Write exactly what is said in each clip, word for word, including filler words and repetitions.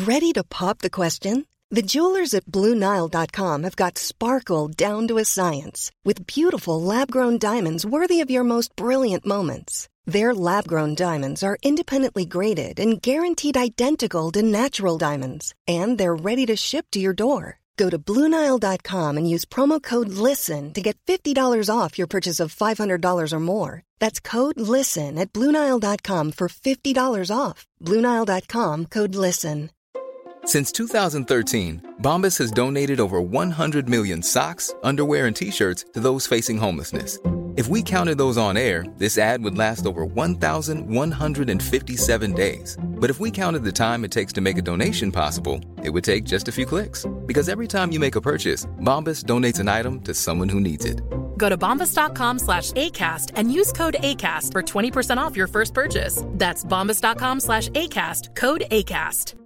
Ready to pop the question? The jewelers at Blue Nile dot com have got sparkle down to a science with beautiful lab-grown diamonds worthy of your most brilliant moments. Their lab-grown diamonds are independently graded and guaranteed identical to natural diamonds, and they're ready to ship to your door. Go to Blue Nile dot com and use promo code LISTEN to get fifty dollars off your purchase of five hundred dollars or more. That's code LISTEN at Blue Nile dot com for fifty dollars off. Blue Nile dot com, code LISTEN. Since two thousand thirteen, Bombas has donated over one hundred million socks, underwear, and T-shirts to those facing homelessness. If we counted those on air, this ad would last over one thousand one hundred fifty-seven days. But if we counted the time it takes to make a donation possible, it would take just a few clicks. Because every time you make a purchase, Bombas donates an item to someone who needs it. Go to bombas dot com slash ACAST and use code ACAST for twenty percent off your first purchase. That's bombas dot com slash ACAST, code ACAST.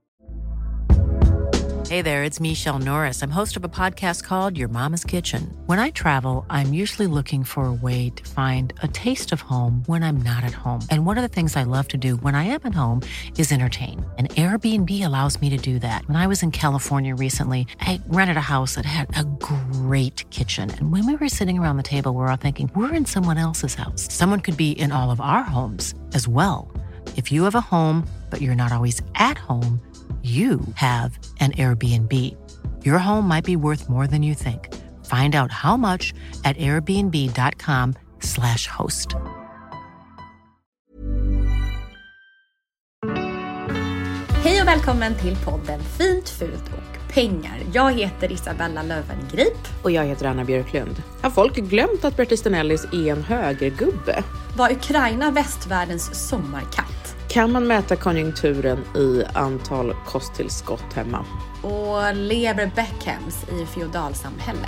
Hey there, it's Michelle Norris. I'm host of a podcast called Your Mama's Kitchen. When I travel, I'm usually looking for a way to find a taste of home when I'm not at home. And one of the things I love to do when I am at home is entertain. And Airbnb allows me to do that. When I was in California recently, I rented a house that had a great kitchen. And when we were sitting around the table, we were all thinking, we're in someone else's house. Someone could be in all of our homes as well. If you have a home, but you're not always at home, you have an Airbnb. Your home might be worth more than you think. Find out how much at airbnb dot com slash host. Hej och välkommen till podden Fint, fult och pengar. Jag heter Isabella Löwengrip. Och jag heter Anna Björklund. Har folk glömt att Bert Easton Ellis är en högergubbe? Var Ukraina västvärldens sommarkatt? Kan man mäta konjunkturen i antal kosttillskott hemma? Och lever Beckhams i feodalsamhälle?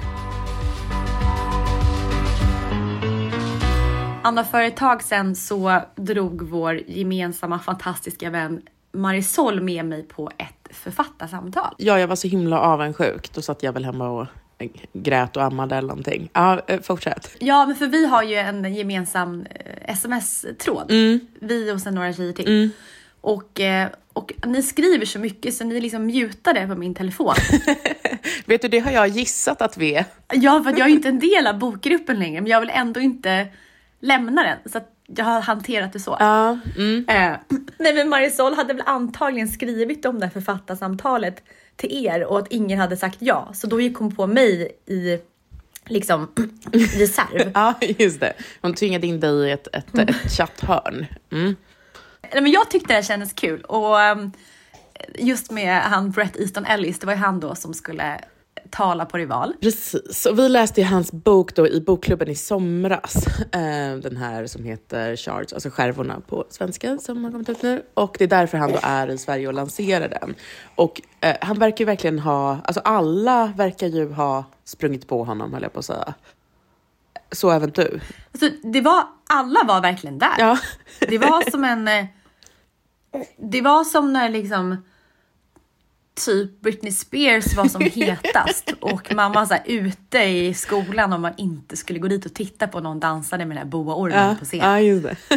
Anna, för ett tag sedan så drog vår gemensamma fantastiska vän Marisol med mig på ett författarsamtal. Ja, jag var så himla avundsjuk. Då satt jag väl hemma och grät och ammade eller någonting. Ja, fortsätt. Ja, men för vi har ju en gemensam sms-tråd. Mm. Vi och sen några tjejer till. Mm. Och, och ni skriver så mycket så ni liksom mutade på min telefon. Vet du, det har jag gissat att vi är. Ja, för jag är ju inte en del av bokgruppen längre. Men jag vill ändå inte lämna den. Så att jag har hanterat det så. Ja. Mm. Eh, nej, men Marisol hade väl antagligen skrivit om det här författarsamtalet till er och att ingen hade sagt ja. Så då gick hon på mig i liksom reserv. Ja, just det. Hon tvingade in dig i ett, ett, ett chatthörn. Mm. Nej, men jag tyckte det kändes kul. Och um, just med han Bret Easton Ellis, det var ju han då som skulle tala på Rival. Precis, och vi läste ju hans bok då i bokklubben i somras. Eh, den här som heter Shards, alltså skärvorna på svenska som har kommit ut nu. Och det är därför han då är i Sverige och lanserar den. Och eh, han verkar ju verkligen ha, alltså alla verkar ju ha sprungit på honom, höll jag på att säga. Så även du. Alltså, det var, alla var verkligen där. Ja. Det var som en, det var som när liksom typ Britney Spears var som hetast och man var så här ute i skolan och man inte skulle gå dit och titta på någon dansade med den här boaormen ja, på scen. Ja, just det.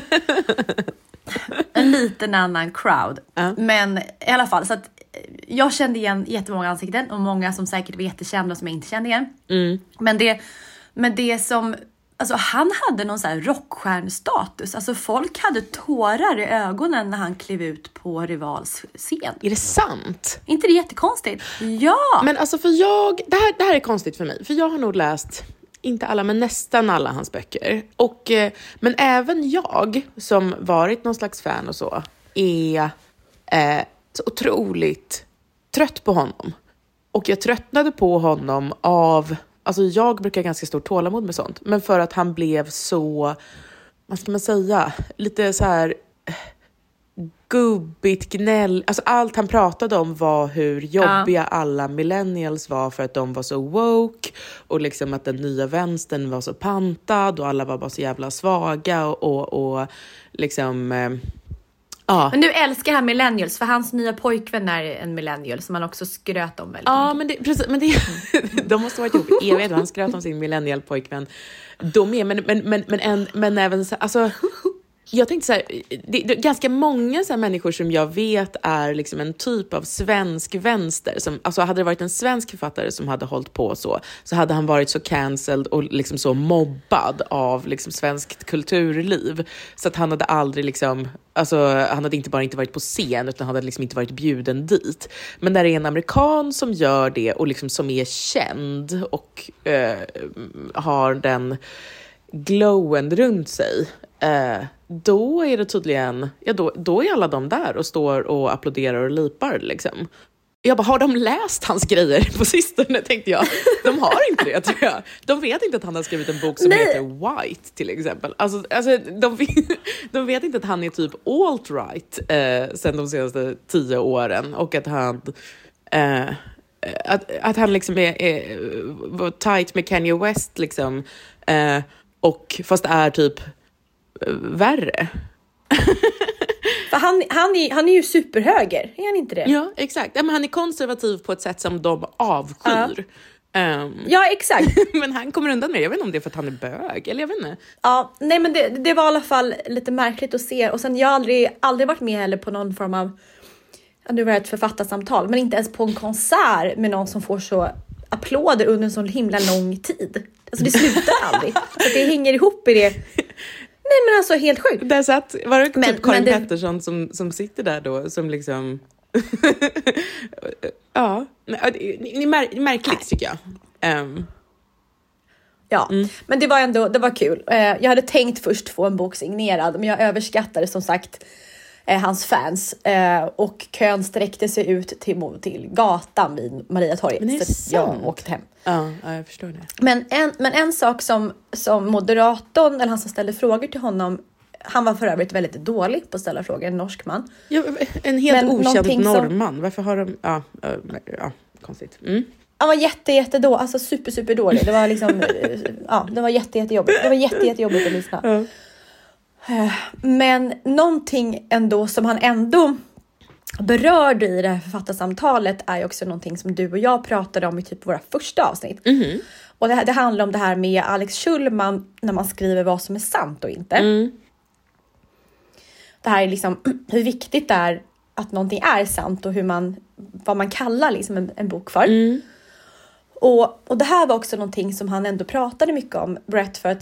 En liten annan crowd. Ja. Men i alla fall, så att jag kände igen jättemånga ansikten och många som säkert var jättekända och som jag inte kände igen. Mm. Men det, men det som, alltså han hade någon så här rockstjärnstatus. Alltså folk hade tårar i ögonen när han klev ut på Rivals scen. Är det sant? Inte det jättekonstigt? Ja! Men alltså för jag, det här, det här är konstigt för mig. För jag har nog läst, inte alla men nästan alla hans böcker. Och, men även jag som varit någon slags fan och så är eh, så otroligt trött på honom. Och jag tröttnade på honom av, alltså jag brukar ha ganska stort tålamod med sånt. Men för att han blev så, vad ska man säga, lite så här gubbigt gnäll. Alltså allt han pratade om var hur jobbiga ja. alla millennials var för att de var så woke. Och liksom att den nya vänstern var så pantad och alla var bara så jävla svaga och, och, och liksom... Eh, ja. Men du älskar han millennials för hans nya pojkvän är en millennial som han också skröt om väldigt ja, mycket. Men det, precis, men det, de måste ha varit ihop i evighet. Han skröt om sin millennial pojkvän. De är, men, men, men, men, en, men även så, alltså, Jag tänkte så här, det, det, ganska många så här människor som jag vet är liksom en typ av svensk vänster. Som, alltså hade det varit en svensk författare som hade hållit på så, så hade han varit så cancelled och liksom så mobbad av liksom svenskt kulturliv. Så att han hade aldrig liksom, alltså han hade inte bara inte varit på scen utan han hade liksom inte varit bjuden dit. Men när det är en amerikan som gör det och liksom som är känd och eh, har den glowen runt sig, eh, då är det tydligen, ja då, då är alla de där och står och applåderar och lipar liksom. Jag bara, har de läst hans grejer på sistone, tänkte jag. De har inte det, tror jag. De vet inte att han har skrivit en bok som Nej. heter White, till exempel. Alltså, alltså de, de vet inte att han är typ alt-right eh, sen de senaste tio åren. Och att han eh, att, att han liksom är, är var tight med Kanye West liksom. Eh, och fast är typ eh, värre. För han, han, är, han är ju superhöger, är han inte det? Ja, exakt. Ja, men han är konservativ på ett sätt som de avskyr. Ja, um, ja exakt. Men han kommer undan med det. Jag vet inte om det är för att han är bög, eller jag vet inte. Ja, nej men det, det var i alla fall lite märkligt att se. Och sen jag har aldrig, aldrig varit med heller på någon form av, nu var det ett författarsamtal, men inte ens på en konsert med någon som får så applåder under en så himla lång tid. Alltså det slutar aldrig. Så det hänger ihop i det. Nej men alltså helt sjukt. Där satt, var det men, typ Karin det... Pettersson som, som sitter där då, som liksom ja, det är mär, märkligt tycker jag. Um. Ja, mm. men det var ändå, det var kul. Jag hade tänkt först få en bok signerad, men jag överskattade som sagt hans fans. Och kön sträckte sig ut till, till gatan vid Mariatorget. Så jag åkte hem. Ja, ja, jag förstår det. Men en, men en sak som, som moderatorn, eller han som ställde frågor till honom, han var för övrigt väldigt dålig på att ställa frågor, en norsk man. Ja, en helt men okänd norrman. Som... Varför har de... Ja, ja konstigt. Mm. Han var jätte, jätte då, alltså super, super dålig. Det var liksom, ja, det var jätte, jätte jobbigt. Det var jätte, jätte jobbigt att lyssna. Ja. Men någonting ändå som han ändå berörde i det här författarsamtalet är ju också någonting som du och jag pratade om i typ våra första avsnitt. Mm. Och det, det handlar om det här med Alex Schulman när man skriver vad som är sant och inte. Mm. Det här är liksom hur viktigt det är att någonting är sant och hur man, vad man kallar liksom en, en bok för. Mm. Och, och det här var också någonting som han ändå pratade mycket om, Brett, för att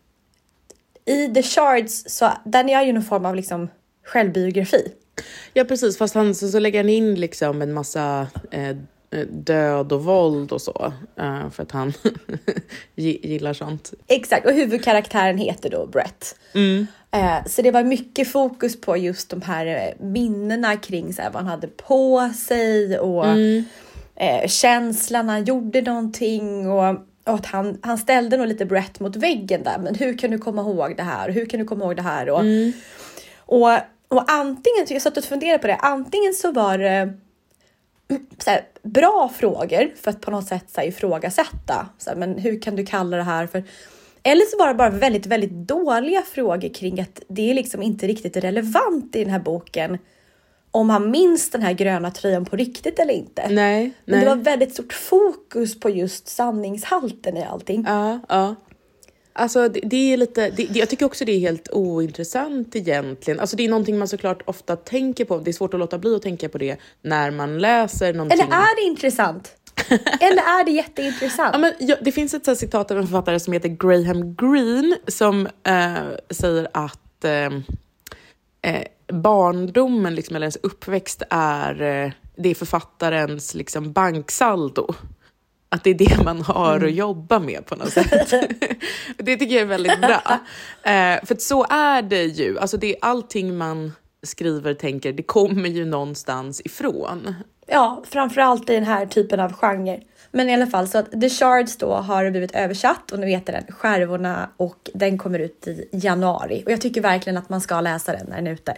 i The Shards så den är ju någon form av liksom självbiografi. Ja, precis. Fast han, så, så lägger han in liksom en massa eh, död och våld och så. Eh, för att han gillar sånt. Exakt. Och huvudkaraktären heter då Brett. Mm. Eh, så det var mycket fokus på just de här minnena kring så här, vad han hade på sig. Och mm. eh, känslan han gjorde någonting. Och, och att han, han ställde nog lite Brett mot väggen där. Men hur kan du komma ihåg det här? Hur kan du komma ihåg det här? Och, mm. och Och antingen, jag satt och funderade på det, antingen så var det så här, bra frågor för att på något sätt så här, ifrågasätta. Så här, men hur kan du kalla det här för? Eller så var det bara väldigt, väldigt dåliga frågor kring att det är liksom inte riktigt relevant i den här boken. Om han minns den här gröna tröjan på riktigt eller inte. Nej, men nej. det var väldigt stort fokus på just sanningshalten i allting. Ja, ja. Alltså det, det är lite, det, jag tycker också det är helt ointressant egentligen. Alltså det är någonting man såklart ofta tänker på. Det är svårt att låta bli att tänka på det när man läser någonting. Eller är det intressant? Eller är det jätteintressant? Ja, men, ja, det finns ett så här citat av en författare som heter Graham Greene som äh, säger att äh, äh, barndomen liksom, eller ens uppväxt är, äh, det är författarens liksom, banksaldo. Att det är det man har mm. att jobba med på något sätt. Det tycker jag är väldigt bra. Eh, för att så är det ju. Alltså det är allting man skriver, tänker, det kommer ju någonstans ifrån. Ja, framförallt i den här typen av genre. Men i alla fall så att The Shards då har blivit översatt och nu heter den Skärvorna och den kommer ut i januari. Och jag tycker verkligen att man ska läsa den när den är ute.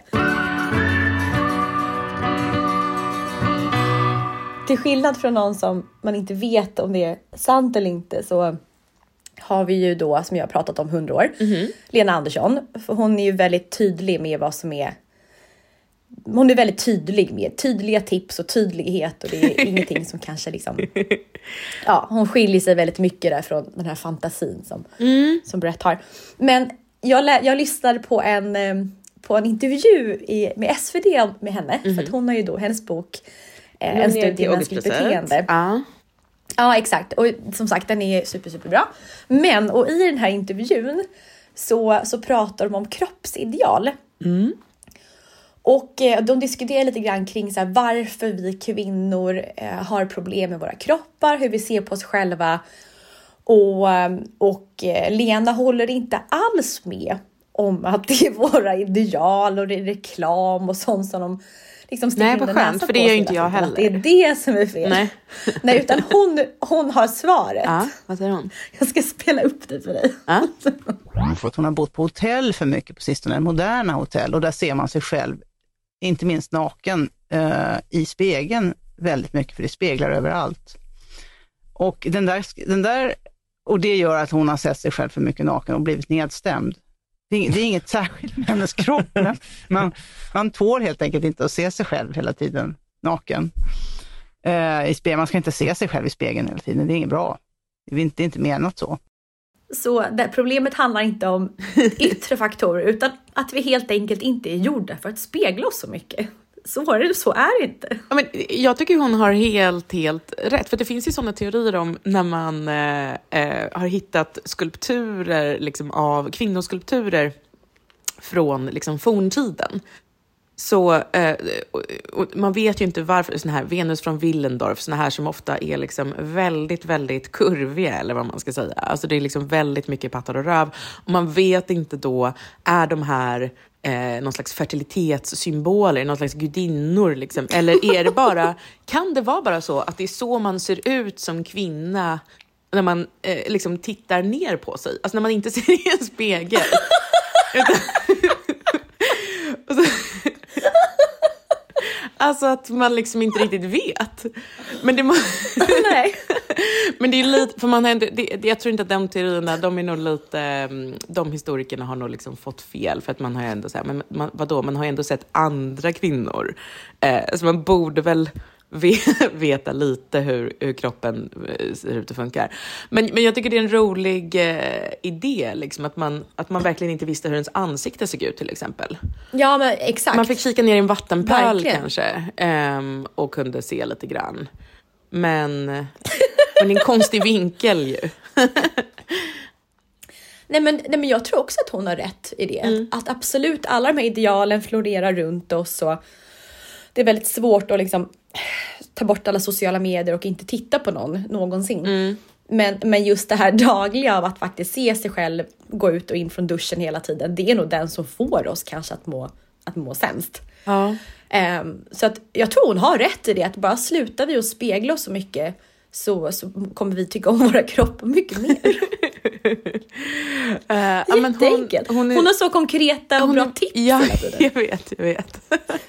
Till skillnad från någon som man inte vet om det är sant eller inte så har vi ju då, som jag har pratat om hundra år, mm-hmm. Lena Andersson. För hon är ju väldigt tydlig med vad som är... Hon är väldigt tydlig med tydliga tips och tydlighet och det är ingenting som kanske liksom... Ja, hon skiljer sig väldigt mycket där från den här fantasin som, mm. som Brett har. Men jag, lä- jag lyssnade på en, på en intervju i, med S V D med henne. Mm-hmm. För att hon har ju då hennes bok eh, En studie i mänskligt beteende. Ja. Ja, exakt. Och som sagt, den är super, super bra. Men, och i den här intervjun så, så pratar de om kroppsideal. Mm. Och eh, de diskuterar lite grann kring så här, varför vi kvinnor eh, har problem med våra kroppar, hur vi ser på oss själva. Och, och eh, Lena håller inte alls med om att det är våra ideal och det är reklam och sånt som de liksom sticker Nej, vad skönt, för det gör ju inte jag heller. Det är det som är fel. Nej, Nej utan hon, hon har svaret. Ja, vad säger hon? Jag ska spela upp det för dig. Ja. För att hon har bott på hotell för mycket på sistone, moderna hotell. Och där ser man sig själv, inte minst naken, eh, i spegeln väldigt mycket, för det speglar överallt. Och, den där, den där, och det gör att hon har sett sig själv för mycket naken och blivit nedstämd. Det är, det är inget särskilt med hennes kropp. Men man, man tål helt enkelt inte att se sig själv hela tiden naken. Eh, i spegeln. Man ska inte se sig själv i spegeln hela tiden. Det är inget bra. Det är inte, det är inte menat så. Så det, problemet handlar inte om yttre faktorer utan att vi helt enkelt inte är gjorda för att spegla oss så mycket. Så är det, så är det inte. Ja, men jag tycker hon har helt, helt rätt. För det finns ju sådana teorier om när man eh, eh, har hittat skulpturer liksom, av kvinnoskulpturer från liksom, forntiden. Så eh, och, och man vet ju inte varför såna här Venus från Willendorf, såna här som ofta är liksom väldigt, väldigt kurviga eller vad man ska säga. Alltså det är liksom väldigt mycket pattar och röv. Och man vet inte då, är de här eh, någon slags fertilitetssymboler, någon slags gudinnor liksom? Eller är det bara, kan det vara bara så att det är så man ser ut som kvinna när man eh, liksom tittar ner på sig? Alltså när man inte ser i en spegel. Utan, och så, alltså att man liksom inte riktigt vet. Men det, Nej. men det är lite, för man har ändå, det, jag tror inte att de teorierna, de är nog lite, de historikerna har nog liksom fått fel, för att man har ändå så här, men man, vadå, man har ändå sett andra kvinnor. Eh, så man borde väl veta lite hur, hur kroppen ser ut och funkar. Men, men jag tycker det är en rolig eh, idé, liksom, att, man, att man verkligen inte visste hur ens ansikte såg ut till exempel. Ja, men exakt. Man fick kika ner i en vattenpöl Verkligen. kanske eh, och kunde se lite grann. Men, men det är en konstig vinkel ju. Nej men, nej men jag tror också att hon har rätt i det. Mm. Att, att absolut alla de här idealen florerar runt oss och det är väldigt svårt att liksom ta bort alla sociala medier och inte titta på någon någonsin. Mm. Men, men just det här dagliga av att faktiskt se sig själv gå ut och in från duschen hela tiden, det är nog den som får oss kanske att må, att må sämst. Ja. Um, så att jag tror hon har rätt i det, att bara slutar vi att spegla oss så mycket så, så kommer vi tycka om våra kroppar mycket mer. uh, ja, men hon, hon, är, hon har så konkreta och bra är, tips. Ja, jag vet, jag vet.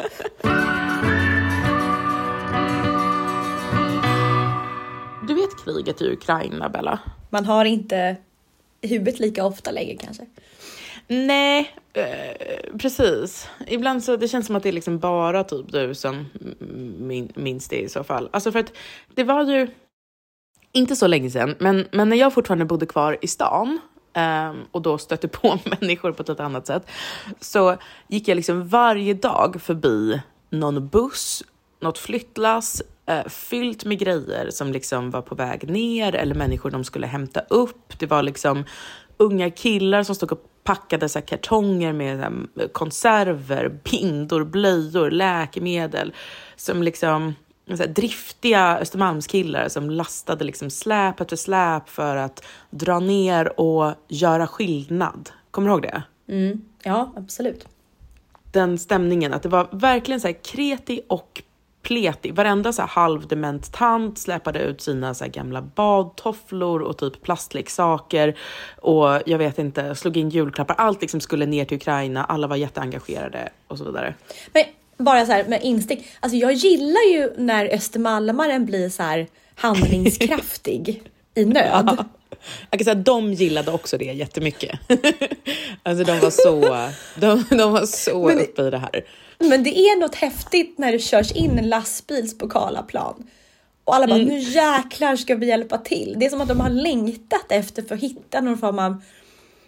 Du vet kriget i Ukraina, Bella? Man har inte huvudet lika ofta längre kanske. Nej, eh, precis. Ibland så det känns som att det är liksom bara typ du som min, minns det i så fall. Alltså för att det var ju inte så länge sedan, men, men när jag fortfarande bodde kvar i stan eh, och då stötte på människor på ett annat sätt, så gick jag liksom varje dag förbi någon buss, något flyttlass, eh, fyllt med grejer som liksom var på väg ner, eller människor de skulle hämta upp. Det var liksom unga killar som stod och packade så här kartonger med så här konserver, bindor, blöjor, läkemedel, som liksom så här driftiga Östermalmskillar som lastade liksom släp efter släp för att dra ner och göra skillnad. Kommer du ihåg det? Mm, ja, absolut. Den stämningen, att det var verkligen så här kreti och pletig. Varenda så här halvdement tant släpade ut sina så här gamla badtofflor och typ plastleksaker, och jag vet inte, slog in julklappar. Allt liksom skulle ner till Ukraina. Alla var jätteengagerade och så vidare. Men bara så här med instinkt. Alltså jag gillar ju när Östermalmaren blir så här handlingskraftig i nöd. Ja. Jag kan säga att de gillade också det jättemycket. Alltså de var så, de, de var så men, uppe i det här. Men det är något häftigt när det körs in en lastbils på Karlaplan. Och alla bara, mm. nu jäklar ska vi hjälpa till. Det är som att de har längtat efter för att hitta någon form av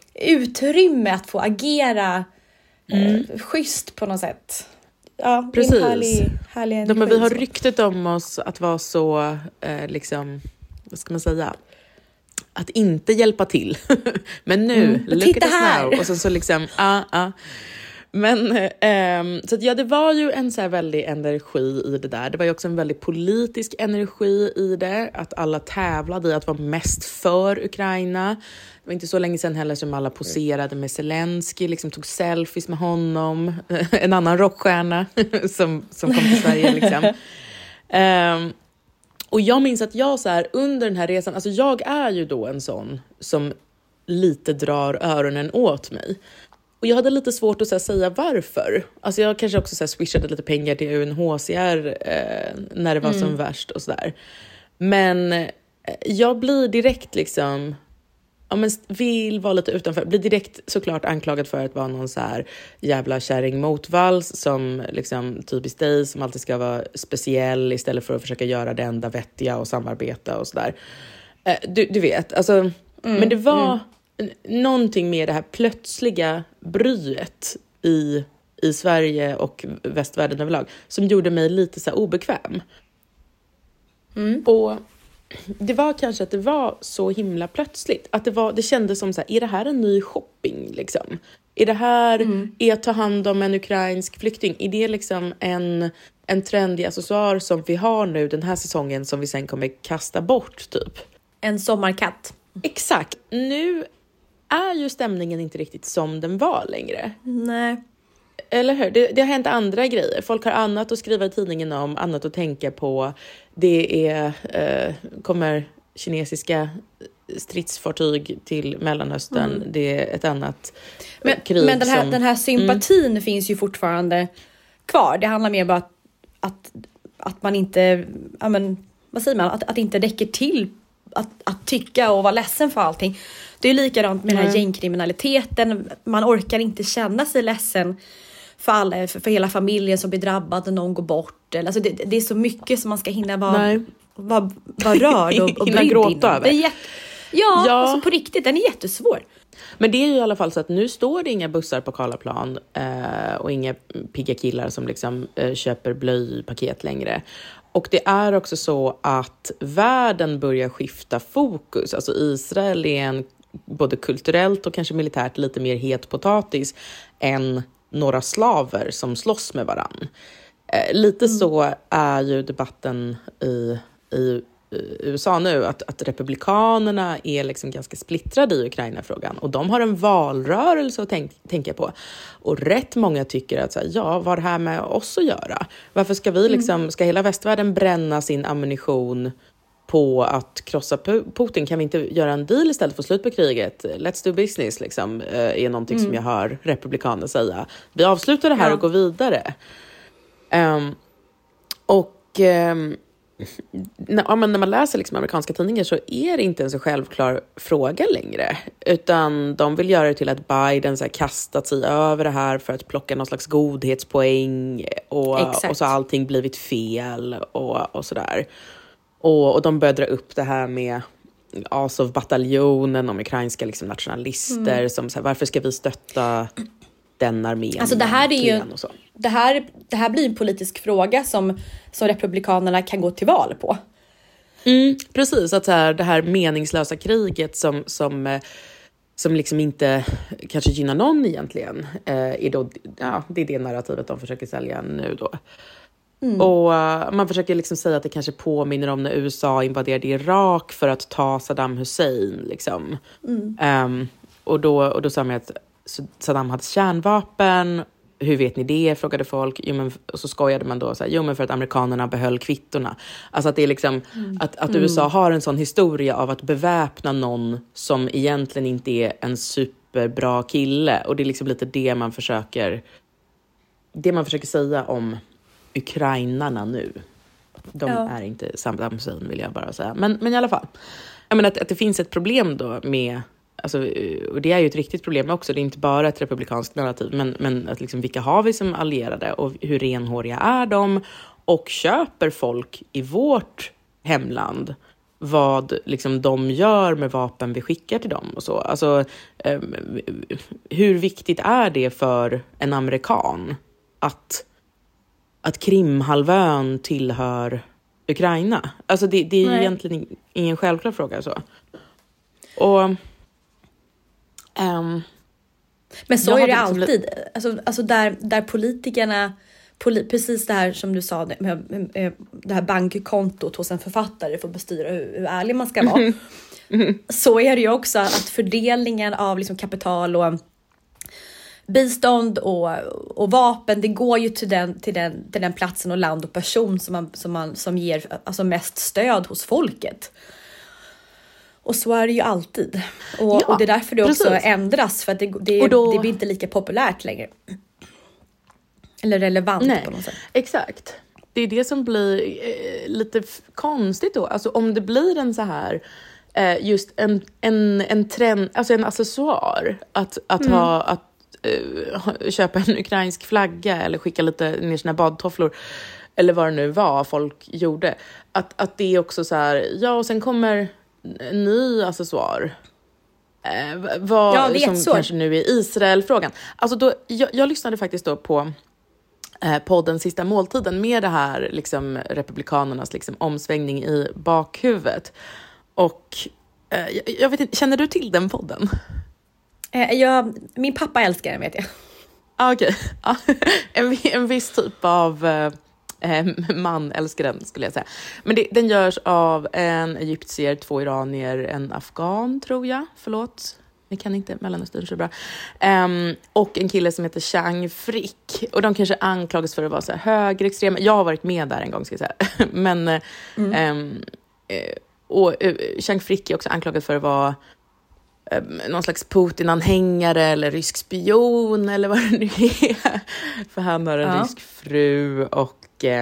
utrymme att få agera mm. eh, schysst på något sätt. Ja, precis. Det är en härlig, härlig energi. De, vi har ryktet om oss att vara så, eh, liksom, vad ska man säga, att inte hjälpa till. Men nu, mm. look Titta at us här. now. Och så, så liksom, ja, uh, ja. Uh. Men eh, så att, ja, det var ju en så här väldig energi i det där. Det var ju också en väldigt politisk energi i det. Att alla tävlade i att vara mest för Ukraina. Det var inte så länge sedan heller som alla poserade med Zelensky, liksom tog selfies med honom. En annan rockstjärna som, som kom till Sverige liksom. Eh, och jag minns att jag så här, under den här resan, alltså jag är ju då en sån som lite drar öronen åt mig. Och jag hade lite svårt att så här, säga varför. Alltså jag kanske också så här, swishade lite pengar till U N H C R eh, när det var mm. som värst och sådär. Men eh, jag blir direkt liksom, ja men vill vara lite utanför. Blir direkt såklart anklagad för att vara någon så här jävla kärring motvals som liksom typiskt dig som alltid ska vara speciell istället för att försöka göra det enda vettiga och samarbeta och sådär. Eh, du, du vet, alltså, mm. men det var... Mm. Någonting med det här plötsliga bryet i, i Sverige och västvärlden överlag som gjorde mig lite så här obekväm. Mm. Och det var kanske att det var så himla plötsligt. Att det, var, det kändes som så här, är det här en ny shopping liksom? Är det här, mm. är att ta hand om en ukrainsk flykting? Är det liksom en, en trendig accessoar som vi har nu den här säsongen som vi sen kommer kasta bort typ? En sommarkatt. Exakt. Nu är ju stämningen inte riktigt som den var längre. Nej. Eller hur? Det, det har hänt andra grejer. Folk har annat att skriva i tidningen om, annat att tänka på. Det är, eh, kommer kinesiska stridsfartyg till Mellanöstern. Mm. Det är ett annat men, krig. Men den här, som, den här sympatin mm. finns ju fortfarande kvar. Det handlar mer bara att, att, att man inte, ja men, vad säger man? Att, att det inte räcker till Att, att tycka och vara ledsen för allting. Det är ju likadant med mm. den här gängkriminaliteten. Man orkar inte känna sig ledsen för, alla, för, för hela familjen som blir drabbad och någon går bort. Alltså det, det är så mycket som man ska hinna vara, vara, vara rörd och, och brydd gråta över. Jätt, ja, ja. Alltså på riktigt, den är jättesvår. Men det är ju i alla fall så att nu står det inga bussar på Karlaplan eh, och inga pigga killar som liksom eh, köper blöjpaket längre. Och det är också så att världen börjar skifta fokus. Alltså Israel är en både kulturellt och kanske militärt lite mer het potatis än några slaver som slåss med varann. Eh, lite mm. så är ju debatten i, i U S A nu, att, att republikanerna är liksom ganska splittrade i Ukraina-frågan och de har en valrörelse att tänk, tänka på och rätt många tycker att så här, ja, vad har det här med oss att göra? Varför ska vi liksom, mm. ska hela västvärlden bränna sin ammunition på att krossa Putin? Kan vi inte göra en deal istället för slut på kriget? Let's do business liksom, är någonting mm. som jag hör republikaner säga. Vi avslutar det här ja. och går vidare. Um, och um, Ja, men när man läser liksom amerikanska tidningar så är det inte en så självklar fråga längre. Utan de vill göra det till att Biden så här kastat sig över det här för att plocka någon slags godhetspoäng. Och, och så har allting blivit fel och, och sådär. Och, och de börjar dra upp det här med Azov-bataljonen, om ukrainska liksom nationalister. Mm. Som så här, varför ska vi stötta den armén? Alltså det här är ju... Det här, det här blir en politisk fråga som, som republikanerna kan gå till val på. Mm, precis, att så här, det här meningslösa kriget som, som, som liksom inte kanske gynnar någon egentligen. Eh, är då, ja, det är det narrativet de försöker sälja nu då. Mm. Och uh, man försöker liksom säga att det kanske påminner om när U S A invaderade Irak för att ta Saddam Hussein. Liksom. Mm. Um, och, då, och då sa man att Saddam hade kärnvapen. Hur vet ni det? Frågade folk. Jo, men, och så skojade man då så här, jo men för att amerikanerna behöll kvittorna. Alltså att det är liksom mm. att, att U S A har en sån historia av att beväpna någon som egentligen inte är en superbra kille. Och det är liksom lite det man försöker det man försöker säga om ukrainarna nu. De ja. är inte Saddam Hussein, vill jag bara säga. Men, men i alla fall. Jag menar att, att det finns ett problem då med... Alltså, och det är ju ett riktigt problem också. Det är inte bara ett republikanskt narrativ. Men, men att liksom, vilka har vi som allierade? Och hur renhåriga är de? Och köper folk i vårt hemland vad liksom de gör med vapen vi skickar till dem och så. Alltså, eh, hur viktigt är det för en amerikan att, att Krimhalvön tillhör Ukraina? Alltså det, det är ju egentligen ingen självklar fråga. Så. Och, um, Men så är det liksom alltid. Alltså, alltså där, där politikerna, poli, precis det här som du sa, med, med, med det här bankkontot hos en författare får bestyra hur, hur ärlig man ska vara. Mm. Så är det ju också att fördelningen av liksom kapital och bistånd och, och vapen, det går ju till den, till, den, till den platsen och land och person som, man, som, man, som ger alltså mest stöd hos folket. Och så är det ju alltid. Och, ja, och det är därför det också precis. ändras. För att det, det, då, det blir inte lika populärt längre. Eller relevant nej, på något sätt. Exakt. Det är det som blir eh, lite f- konstigt då. Alltså om det blir en så här... Eh, just en, en, en trend, alltså en accessoar. Att, att, mm. ha, att uh, köpa en ukrainsk flagga. Eller skicka lite ner sina badtofflor. Eller vad det nu var folk gjorde. Att, att det är också så här... Ja, och sen kommer... en ny accessoar. Eh, vad, ja, det är som så. Kanske nu är Israel-frågan. Alltså då, jag, jag lyssnade faktiskt då på eh, podden Sista måltiden med det här liksom, republikanernas liksom, omsvängning i bakhuvudet. Och eh, jag, jag vet inte, känner du till den podden? Eh, jag, min pappa älskar den, vet jag. Ah, okej. Okay. en, en viss typ av... Eh, man älskar den, skulle jag säga. Men det, den görs av en egyptier, två iranier, en afghan, tror jag. Förlåt, vi kan inte Mellanöstern så bra. Um, och en kille som heter Chang Frick. Och de kanske anklagas för att vara så här högerextrema. Jag har varit med där en gång, ska jag säga. Men mm. um, och uh, Chang Frick är också anklagad för att vara um, någon slags Putin-anhängare eller rysk spion eller vad det nu är. För han har en ja. rysk fru och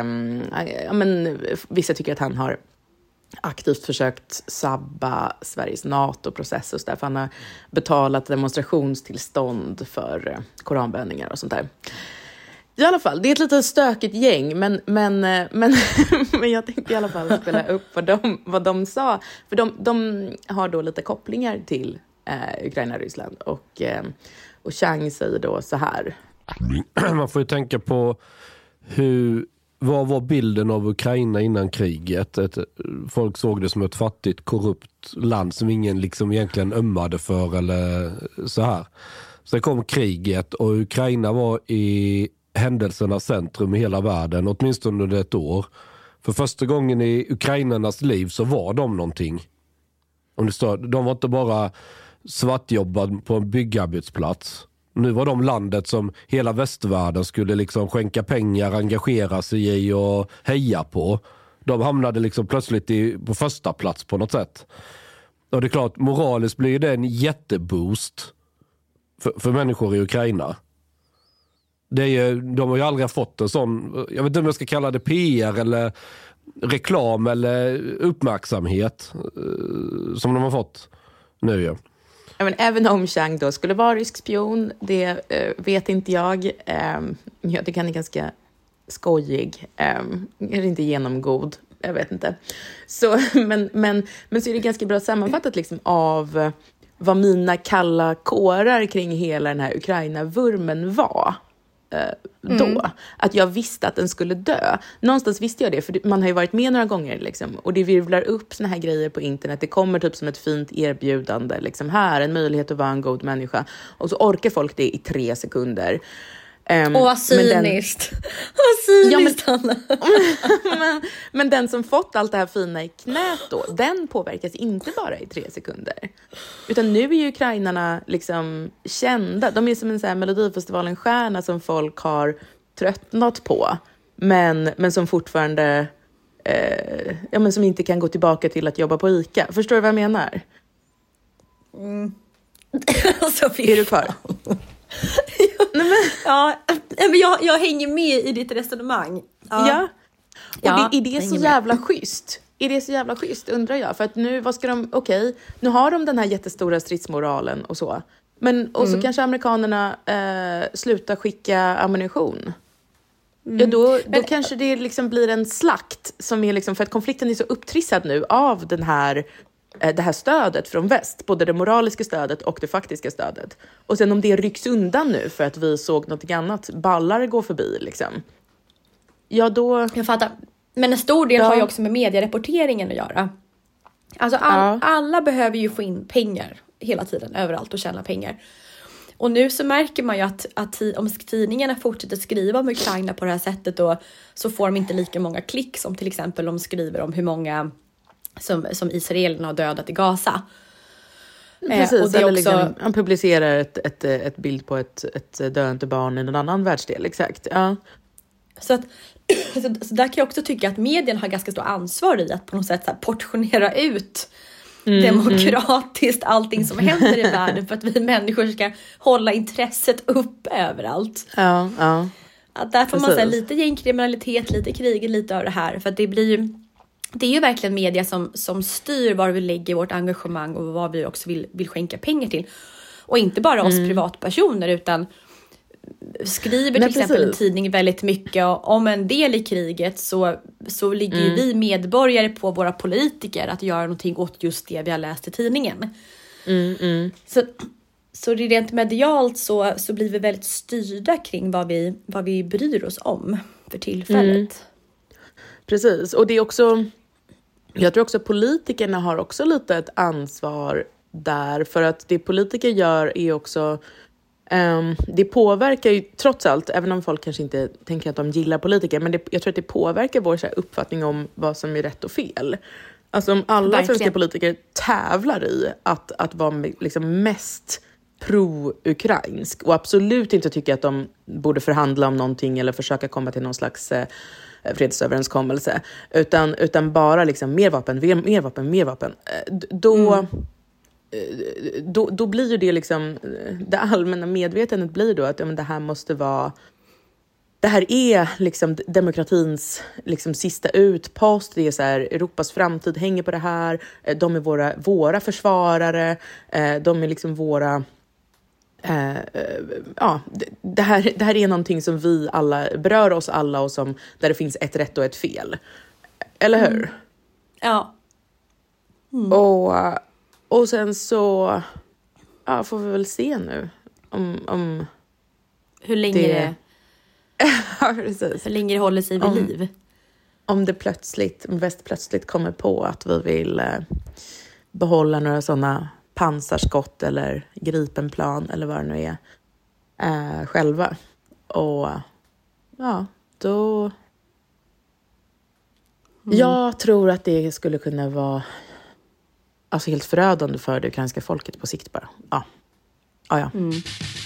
ja, men, vissa tycker att han har aktivt försökt sabba Sveriges NATO-process och så där, för han har betalat demonstrationstillstånd för koranböningar och sånt där. I alla fall, det är ett lite stökigt gäng, men, men, men, men jag tänkte i alla fall spela upp vad de, vad de sa. För de, de har då lite kopplingar till eh, Ukraina och Ryssland. Och, eh, och Chang säger då så här. Man får ju tänka på hur... Vad var bilden av Ukraina innan kriget? Ett, folk såg det som ett fattigt, korrupt land som ingen liksom egentligen ömmade för eller så här. Sen kom kriget och Ukraina var i händelsernas centrum i hela världen, åtminstone under ett år. För första gången i ukrainarnas liv så var de någonting. Om det står, de var inte bara svartjobbade på en byggarbetsplats. Nu var de landet som hela västvärlden skulle liksom skänka pengar, engagera sig i och heja på. De hamnade liksom plötsligt i, på första plats på något sätt. Och det är klart, moraliskt blir det en jätteboost för, för människor i Ukraina. Det är ju, de har ju aldrig fått en sån, jag vet inte om jag ska kalla det P R eller reklam eller uppmärksamhet som de har fått nu. Ja. Ja, men även om Chang då skulle vara rysk spion, det eh, vet inte jag. Eh, jag tycker han är ganska skojig. Eh, är inte genomgod, jag vet inte. Så, men, men, men så är det ganska bra sammanfattat liksom, av vad mina kalla kårar kring hela den här Ukraina-vurmen var. Då, mm. att jag visste att den skulle dö. Någonstans visste jag det, för man har ju varit med några gånger liksom, och det virvlar upp såna här grejer på internet. Det kommer typ som ett fint erbjudande liksom, här, en möjlighet att vara en god människa, och så orkar folk det i tre sekunder. Um, Åh, vad cyniskt. Vad cyniskt, ja, men, men, men den som fått allt det här fina i knät då, den påverkas inte bara i tre sekunder. Utan nu är ju ukrainarna liksom kända. De är som en så här Melodifestivalen-stjärna som folk har tröttnat på. Men, men som fortfarande eh, ja, men som inte kan gå tillbaka till att jobba på ICA. Förstår du vad jag menar? Mm. alltså, är du kvar? Nej, men, ja, men jag, jag hänger med i ditt resonemang. Ja, ja. Och ja, det, är det så jävla med. schysst? Är det så jävla schysst, undrar jag? För att nu, vad ska de, okej, okay, nu har de den här jättestora stridsmoralen och så. Men, och så mm. kanske amerikanerna eh, slutar skicka ammunition. Mm. Ja, då, då Men, kanske det liksom blir en slakt som är liksom, för att konflikten är så upptrissad nu av den här, det här stödet från väst, både det moraliska stödet och det faktiska stödet. Och sen om det rycks undan nu för att vi såg något annat, ballar går förbi liksom. Ja, då... Jag fattar. Men en stor del ja. har ju också med medierapporteringen att göra. Alltså all, ja. alla behöver ju få in pengar hela tiden, överallt, och tjäna pengar. Och nu så märker man ju att, att om tidningarna fortsätter skriva om Ukraina på det här sättet, då, så får de inte lika många klick som till exempel de skriver om hur många som, som israelerna har dödat i Gaza. Precis, eh, och det eller också... liksom, han publicerar ett, ett, ett bild på ett, ett döende barn i en annan världsdel, exakt. Ja. Så, att, så, så där kan jag också tycka att medien har ganska stor ansvar i att på något sätt så här, portionera ut mm, demokratiskt mm. allting som händer i världen, för att vi människor ska hålla intresset upp överallt. Ja, ja. Att där får man säga lite gängkriminalitet, lite krig, lite av det här, för att det blir ju, det är ju verkligen media som, som styr var vi lägger vårt engagemang och vad vi också vill, vill skänka pengar till. Och inte bara oss mm. privatpersoner, utan skriver till Nej, exempel precis. en tidning väldigt mycket om en del i kriget, så, så ligger mm. ju vi medborgare på våra politiker att göra någonting åt just det vi har läst i tidningen. Mm, mm. Så, så det är rent medialt så, så blir vi väldigt styrda kring vad vi, vad vi bryr oss om för tillfället. Mm. Precis, och det är också, jag tror också politikerna har också lite ett ansvar där, för att det politiker gör är också Um, det påverkar ju trots allt, även om folk kanske inte tänker att de gillar politiker, men det, jag tror att det påverkar vår så här, uppfattning om vad som är rätt och fel. Alltså om alla Verkligen. svenska politiker tävlar i att, att vara liksom mest pro-ukrainsk och absolut inte tycker att de borde förhandla om någonting eller försöka komma till någon slags eh, fredsöverenskommelse, utan, utan bara liksom mer vapen, mer, mer vapen, mer vapen, då... Mm. Då, då blir ju det liksom, det allmänna medvetandet blir då att ja, men det här måste vara, det här är liksom demokratins liksom sista utpost, det är så här, Europas framtid hänger på det här, de är våra, våra försvarare, de är liksom våra, äh, ja, det här, det här är någonting som vi alla, berör oss alla, och som, där det finns ett rätt och ett fel, eller hur? Mm. Ja. Mm. Och Och sen så ja, får vi väl se nu om, om hur länge det, det ja, precis. Hur länge det håller sig vid om, liv. Om det plötsligt, om väst plötsligt kommer på att vi vill eh, behålla några sådana pansarskott eller gripenplan eller vad det nu är eh, själva. Och ja, då mm. jag tror att det skulle kunna vara alltså helt förödande för det ukrainska folket på sikt bara. Ja. Ja, ja. Mm.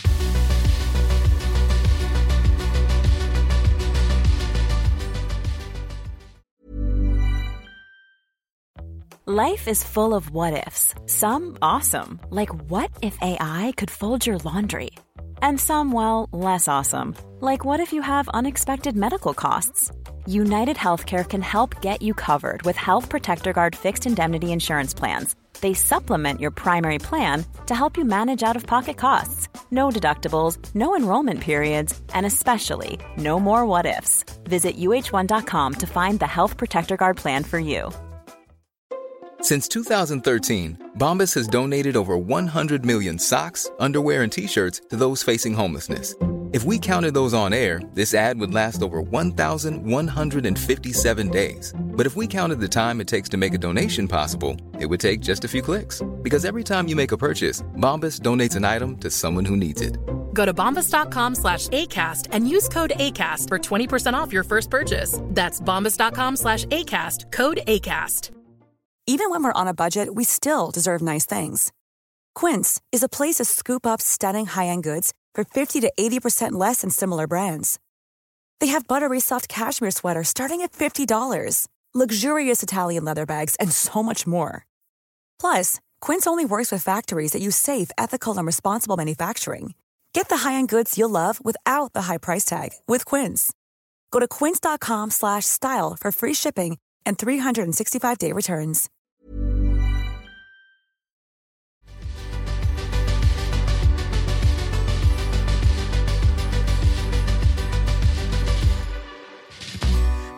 Life is full of what-ifs. Some awesome. Like what if A I could fold your laundry? And some, well, less awesome. Like what if you have unexpected medical costs? United Healthcare can help get you covered with Health Protector Guard fixed indemnity insurance plans. They supplement your primary plan to help you manage out-of-pocket costs. No deductibles, no enrollment periods, and especially no more what-ifs. Visit U H one dot com to find the Health Protector Guard plan for you. Since two thousand thirteen, Bombas has donated over one hundred million socks, underwear, and T-shirts to those facing homelessness. If we counted those on air, this ad would last over one thousand one hundred fifty-seven days. But if we counted the time it takes to make a donation possible, it would take just a few clicks. Because every time you make a purchase, Bombas donates an item to someone who needs it. Go to bombas.com slash ACAST and use code ACAST for twenty percent off your first purchase. That's bombas.com slash ACAST, code ACAST. Even when we're on a budget, we still deserve nice things. Quince is a place to scoop up stunning high-end goods for fifty to eighty percent less than similar brands. They have buttery soft cashmere sweaters starting at fifty dollars, luxurious Italian leather bags, and so much more. Plus, Quince only works with factories that use safe, ethical, and responsible manufacturing. Get the high-end goods you'll love without the high price tag with Quince. Go to quince.com slash style for free shipping and three hundred sixty-five day returns.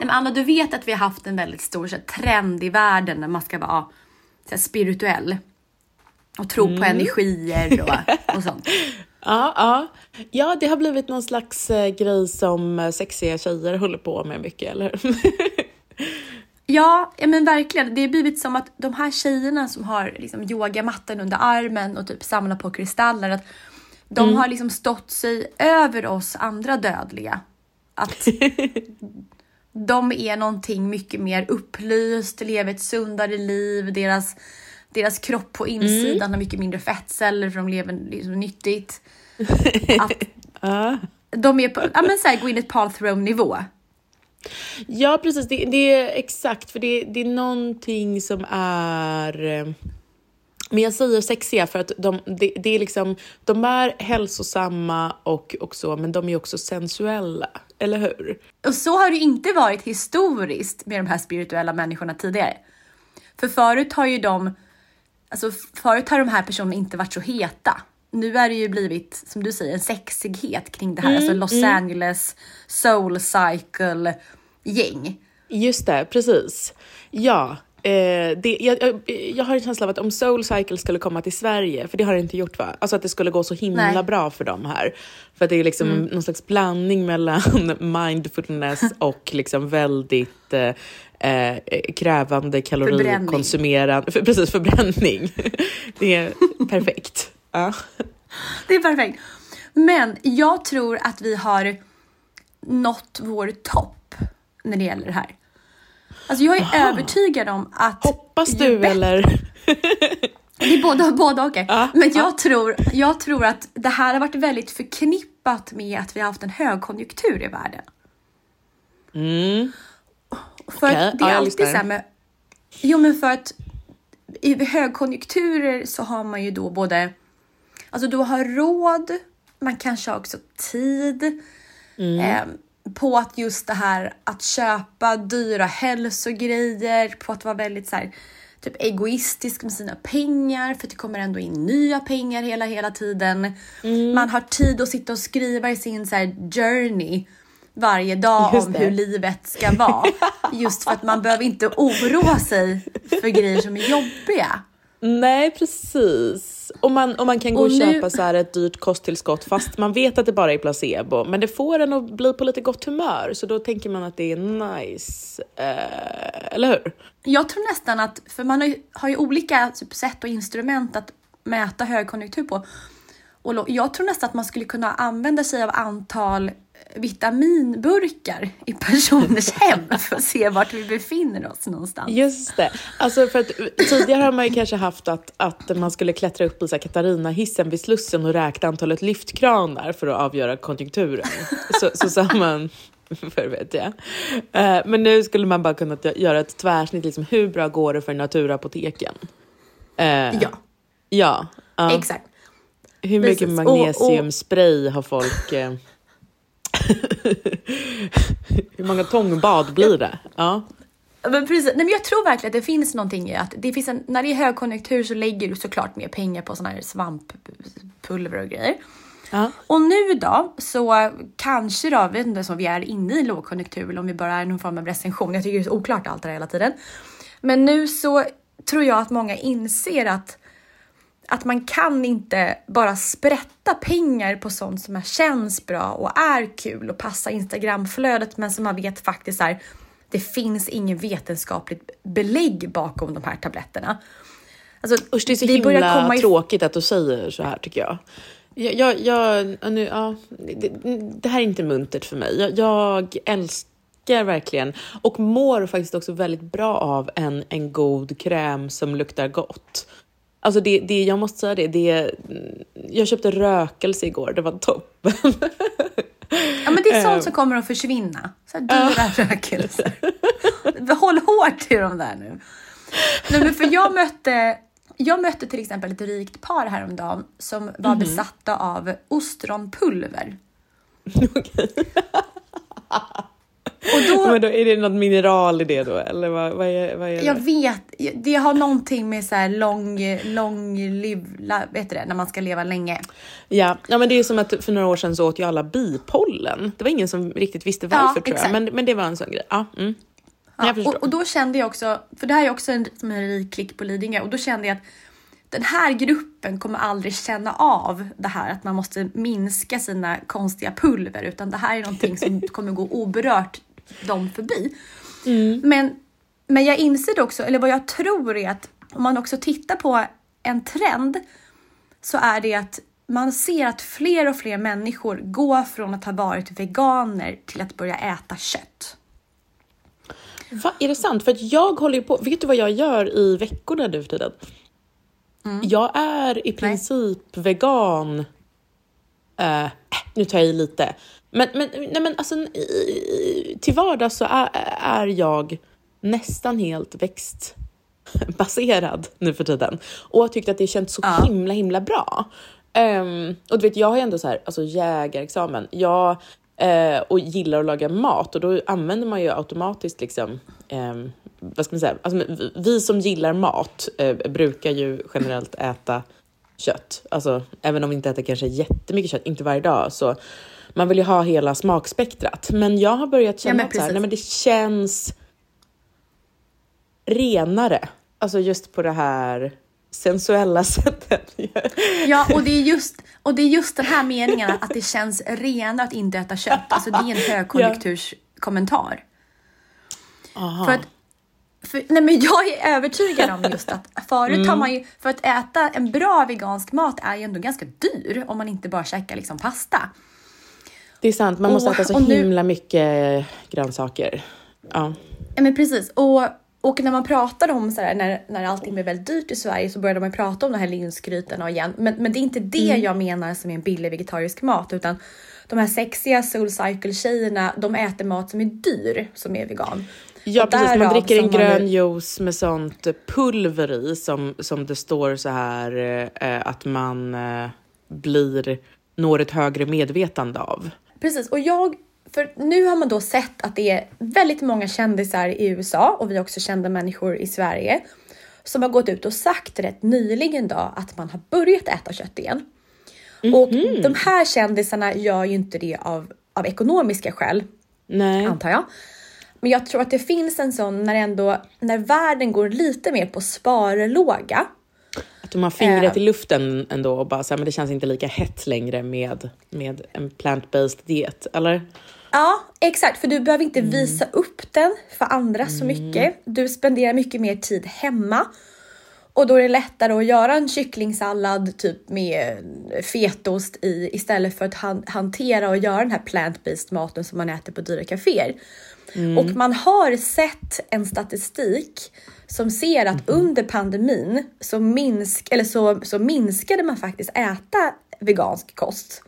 men Anna, du vet att vi har haft en väldigt stor så här, trend i världen när man ska vara så här, spirituell. Och tro mm. på energier och, och sånt. Ja, ja. ja, det har blivit någon slags eh, grej som sexiga tjejer håller på med mycket, eller? Ja, men verkligen. Det har blivit som att de här tjejerna som har liksom, yogamattan under armen och typ samlar på kristaller, att de mm. har liksom stått sig över oss andra dödliga. Att de är någonting mycket mer upplyst, lever ett sundare liv, deras, deras kropp på insidan mm. har mycket mindre fettceller för de lever liksom nyttigt. Att uh. de är på, ja men såhär, Gwyneth Paltrow-nivå. Ja, precis. Det, det är exakt, för det, det är någonting som är... Men jag säger sexiga för att de, det, det är liksom, de är hälsosamma och, och så, men de är också sensuella, eller hur? Och så har det inte varit historiskt med de här spirituella människorna tidigare. För förut har ju de, alltså förut har de här personerna inte varit så heta. Nu är det ju blivit, som du säger, en sexighet kring det här. Mm, alltså Los mm. Angeles Soul Cycle gäng. Just det, precis. Ja, eh, det, jag, jag, jag har en känsla av att om Soul Cycle skulle komma till Sverige, för det har det inte gjort, va? Alltså att det skulle gå så himla Nej. bra för dem här. För att det är liksom mm. någon slags blandning mellan mindfulness och liksom väldigt... Eh, Eh, krävande kalorikonsumerande, för, precis, förbränning. Det är perfekt. Ja. Det är perfekt. Men jag tror att vi har nått vår topp när det gäller det här. Alltså jag är Aha. övertygad om att... Hoppas du bättre, eller? Det är både, både och. Ja, Men jag, ja. tror, jag tror att det här har varit väldigt förknippat med att vi har haft en högkonjunktur i världen. Mm. För okay. att det är ja, alltid så här med... Jo, men för att i högkonjunkturer så har man ju då både... Alltså du har råd, man kanske har också tid mm. eh, på att just det här att köpa dyra hälsogrejer, på att vara väldigt så här, typ egoistisk med sina pengar, för det kommer ändå in nya pengar hela, hela tiden. Mm. Man har tid att sitta och skriva i sin så här journey varje dag om hur livet ska vara. Just för att man behöver inte oroa sig för grejer som är jobbiga. Nej, precis. Och man, och man kan gå och, och nu... köpa så här ett dyrt kosttillskott fast man vet att det bara är placebo. Men det får en att bli på lite gott humör. Så då tänker man att det är nice. Eh, eller hur? Jag tror nästan att, för man har ju, har ju olika typ, sätt och instrument att mäta högkonjunktur på. Och jag tror nästan att man skulle kunna använda sig av antal vitaminburkar i personers hem för att se vart vi befinner oss någonstans. Just det. Alltså för att tidigare har man ju kanske haft att, att man skulle klättra upp i så här Katarina-hissen vid Slussen och räkna antalet lyftkranar för att avgöra konjunkturen. så, så sa man, för vet jag. Uh, men nu skulle man bara kunna göra ett tvärsnitt, liksom hur bra går det för naturapoteken? Uh, ja. Ja. Uh. Exakt. Hur mycket Precis. magnesiumspray har folk... Uh, hur många tångbad blir det? Ja. Men precis. Nej, men jag tror verkligen att det finns någonting i att det finns en, när det är högkonjunktur så lägger du såklart mer pengar på såna här svamppulver och grejer. Ja. Och nu då så kanske då, vet inte som vi är inne i lågkonjunktur eller om vi bara är någon form av recension. Jag tycker det är så oklart allt det här hela tiden. Men nu så tror jag att många inser att Att man kan inte bara sprätta pengar på sånt som känns bra och är kul och passar Instagramflödet, men som man vet faktiskt är, det finns ingen vetenskapligt belägg bakom de här tabletterna. Alltså, Usch, det är så himla komma i... tråkigt att du säger så här, tycker jag. Jag, jag, jag nu, ja, det, det här är inte muntert för mig. Jag, jag älskar verkligen och mår faktiskt också väldigt bra av en, en god kräm som luktar gott. Alltså det, det, jag måste säga det, det, jag köpte rökelse igår, det var toppen. Ja, men det är sånt som kommer att försvinna. Så här dyra uh. rökelser. Håll hårt i dem där nu. Nej, men för jag mötte, jag mötte till exempel ett rikt par häromdagen som var mm-hmm. besatta av ostronpulver. Okej. Och då, Men då, är det något mineral i det då? Eller vad, vad, är, vad är det? Jag vet, det har någonting med så här lång, lång liv, vet du det, när man ska leva länge. Ja, ja, men det är som att för några år sedan så åt ju alla bipollen. Det var ingen som riktigt visste varför, ja, tror jag. Men, men det var en sån grej. Ja, mm. ja, jag förstår. Och, och då kände jag också, för det här är också en, som en rik klick på Lidingö. Och då kände jag att den här gruppen kommer aldrig känna av det här att man måste minska sina konstiga pulver. Utan det här är någonting som kommer gå oberört dem förbi. Mm. Men, men jag inser också, eller vad jag tror är att om man också tittar på en trend så är det att man ser att fler och fler människor går från att ha varit veganer till att börja äta kött. Va? Är det sant? För att jag håller ju på, vet du vad jag gör i veckorna nu för tiden? Mm. Jag är i princip nej. vegan. Uh, nu tar jag i lite. Men, men, nej, men alltså, till vardags så är, är jag nästan helt växtbaserad nu för tiden. Och jag tyckte att det känns så ja. himla himla bra. Um, och du vet, jag har ändå så här, alltså jägarexamen. Jag uh, och gillar att laga mat. Och då använder man ju automatiskt liksom... Um, vad ska man säga? Alltså, vi som gillar mat uh, brukar ju generellt äta kött. Alltså, även om vi inte äter kanske jättemycket kött, inte varje dag, så... Man vill ju ha hela smakspektrat. Men jag har börjat känna ja, att så här, nej, men det känns renare. Alltså just på det här sensuella sättet. Ja, och det är just, och det är just den här meningen att det känns renare att inte äta kött. Alltså det är en högkonjunkturskommentar. Aha. För att, för, nej men jag är övertygad om just att förut mm. har man ju, för att äta en bra vegansk mat är ju ändå ganska dyr om man inte bara käkar liksom pasta. Det är sant, man måste och, äta så nu, himla mycket grönsaker. Ja. Ja, men precis. Och, och när man pratar om så här, när, när allting blir väldigt dyrt i Sverige så börjar man prata om de här linsgrytorna igen. Men, men det är inte det mm. jag menar som är en billig vegetarisk mat, utan de här sexiga SoulCycle-tjejerna, de äter mat som är dyr, som är vegan. Ja, precis. Man dricker en grön man... juice med sånt pulver i som, som det står så här eh, att man eh, blir, når ett högre medvetande av. Precis, och jag, för nu har man då sett att det är väldigt många kändisar i U S A och vi också kända människor i Sverige som har gått ut och sagt rätt nyligen då att man har börjat äta kött igen. Mm-hmm. Och de här kändisarna gör ju inte det av, av ekonomiska skäl, nej, antar jag. Men jag tror att det finns en sån när ändå, när världen går lite mer på sparlåga. Att de har fingret eh, i luften ändå och bara så här, men det känns inte lika hett längre med, med en plant-based diet, eller? Ja, exakt. För du behöver inte mm. visa upp den för andra mm. så mycket. Du spenderar mycket mer tid hemma. Och då är det lättare att göra en kycklingsallad typ med fetost i, istället för att han, hantera och göra den här plant-based maten som man äter på dyra kaféer. Mm. Och man har sett en statistik som ser att mm. under pandemin så, minsk, eller så, så minskade man faktiskt äta vegansk kost.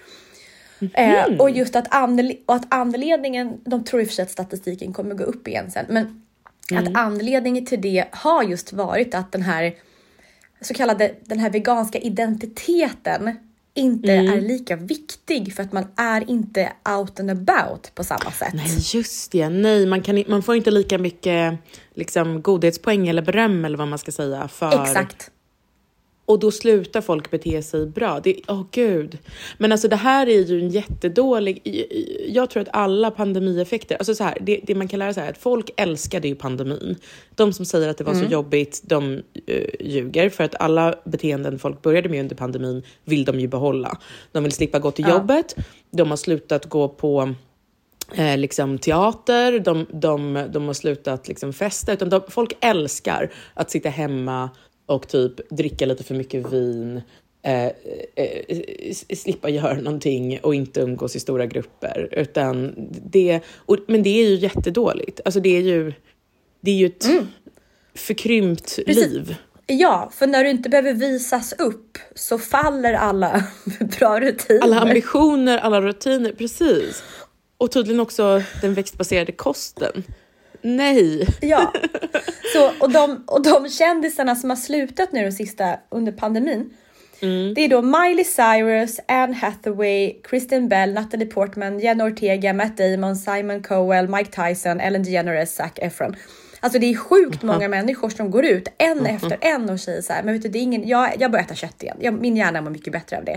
Mm. Eh, och just att, anle- och att anledningen, de tror i och för sig att statistiken kommer gå upp igen sen, men mm. att anledningen till det har just varit att den här så kallade den här veganska identiteten inte mm. är lika viktig för att man är inte out and about på samma sätt. Nej, just det. Nej, man, kan, man får inte lika mycket liksom, godhetspoäng eller beröm eller vad man ska säga. För... Exakt. Och då slutar folk bete sig bra. Åh oh, gud. Men alltså det här är ju en jättedålig... Jag tror att alla pandemieffekter... Alltså så här, det, det man kan lära sig är att folk älskade ju pandemin. De som säger att det var mm. så jobbigt, de uh, ljuger. För att alla beteenden folk började med under pandemin vill de ju behålla. De vill slippa gå till ja. jobbet. De har slutat gå på... Eh, liksom teater, de, de, de har slutat liksom festa. Utan de, folk älskar att sitta hemma och typ dricka lite för mycket vin, eh, eh, slippa göra någonting och inte umgås i stora grupper. Utan det, och, men det är ju jättedåligt. Alltså det är ju, det är ju ett mm. förkrympt Precis. liv. Ja, för när du inte behöver visas upp så faller alla bra rutiner. Alla ambitioner, alla rutiner, precis. Och tydligen också den växtbaserade kosten. Nej. Ja. Så, och, de, och de kändisarna som har slutat nu de sista under pandemin. Mm. Det är då Miley Cyrus, Anne Hathaway, Kristen Bell, Natalie Portman, Jenna Ortega, Matt Damon, Simon Cowell, Mike Tyson, Ellen DeGeneres, Zac Efron. Alltså det är sjukt många mm. människor som går ut en mm. efter en och säger så här, men vet du, det är ingen, jag, jag börjar äta kött igen. Jag, min hjärna mår mycket bättre av det.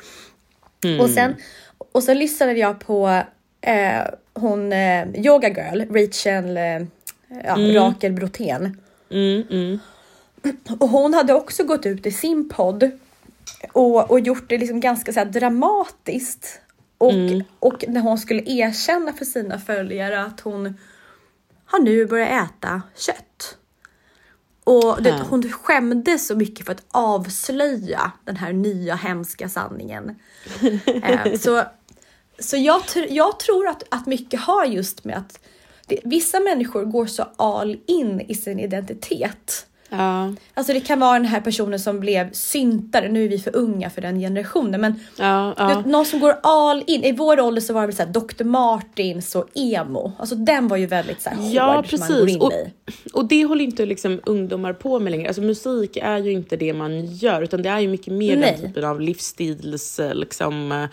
Mm. Och sen och så lyssnade jag på eh, hon eh, yoga girl Rachel eh, ja, mm. Rakel Brotén. Mm, mm. Och hon hade också gått ut i sin podd och, och gjort det liksom ganska så här dramatiskt. Och, mm. och när hon skulle erkänna för sina följare att hon har nu börjat äta kött. Och det, hon skämdes så mycket för att avslöja den här nya hemska sanningen. eh, så så jag, jag tror att, att mycket har just med att det, vissa människor går så all in i sin identitet. Ja. Alltså det kan vara den här personen som blev syntare. Nu är vi för unga för den generationen. Men ja, ja. Vet, någon som går all in. I vår ålder så var det väl så här doktor Martins och emo. Alltså den var ju väldigt så här hård. Ja, precis. Man går in och, i. och det håller inte liksom ungdomar på med längre. Alltså musik är ju inte det man gör. Utan det är ju mycket mer Nej. den typen av livsstils liksom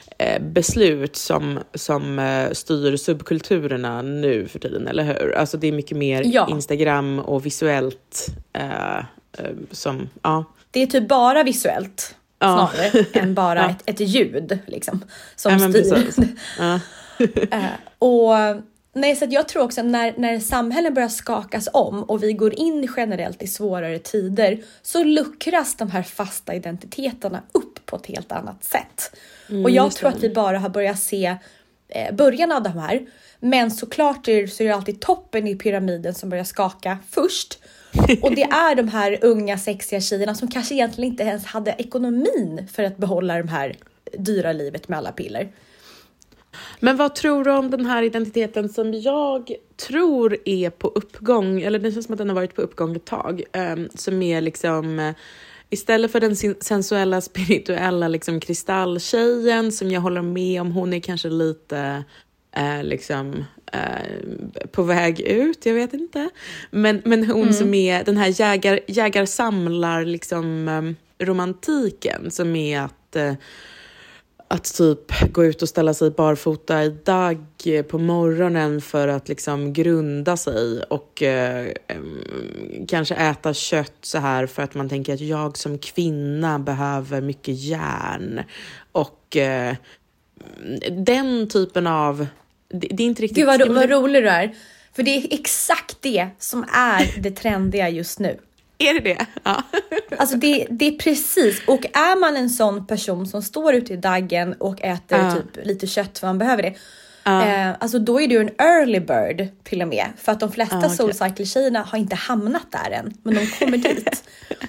beslut som, som uh, styr subkulturerna nu för tiden, eller hur? Alltså det är mycket mer ja. Instagram och visuellt uh, uh, som, ja. Det är typ bara visuellt ja. snarare än bara ja. ett, ett ljud liksom, som ja, styr. Ja. uh, och nej, så att jag tror också när, när samhällen börjar skakas om och vi går in generellt i svårare tider så luckras de här fasta identiteterna upp på ett helt annat sätt. Mm, och jag tror att vi bara har börjat se eh, början av de här. Men såklart är, så är det alltid toppen i pyramiden som börjar skaka först. Och det är de här unga sexiga tjejerna som kanske egentligen inte ens hade ekonomin för att behålla det här dyra livet med alla piller. Men vad tror du om den här identiteten som jag tror är på uppgång, eller det känns som att den har varit på uppgång ett tag, um, som är liksom uh, istället för den sensuella, spirituella liksom kristalltjejen som jag håller med om, hon är kanske lite uh, liksom uh, på väg ut, jag vet inte, men, men hon mm. som är den här jägar, jägar-samlar liksom um, romantiken som är att uh, att typ gå ut och ställa sig barfota i dagg på morgonen för att liksom grunda sig och eh, kanske äta kött så här för att man tänker att jag som kvinna behöver mycket järn. Och eh, den typen av... Det, det är inte riktigt... Gud vad, vad rolig du är. För det är exakt det som är det trendiga just nu. Är det det? Ja. Alltså det, det är precis. Och är man en sån person som står ute i daggen och äter uh. typ lite kött för man behöver det. Uh. Eh, alltså då är du en early bird till och med. För att de flesta uh, okay. Soulcycle-tjejerna har inte hamnat där än. Men de kommer dit.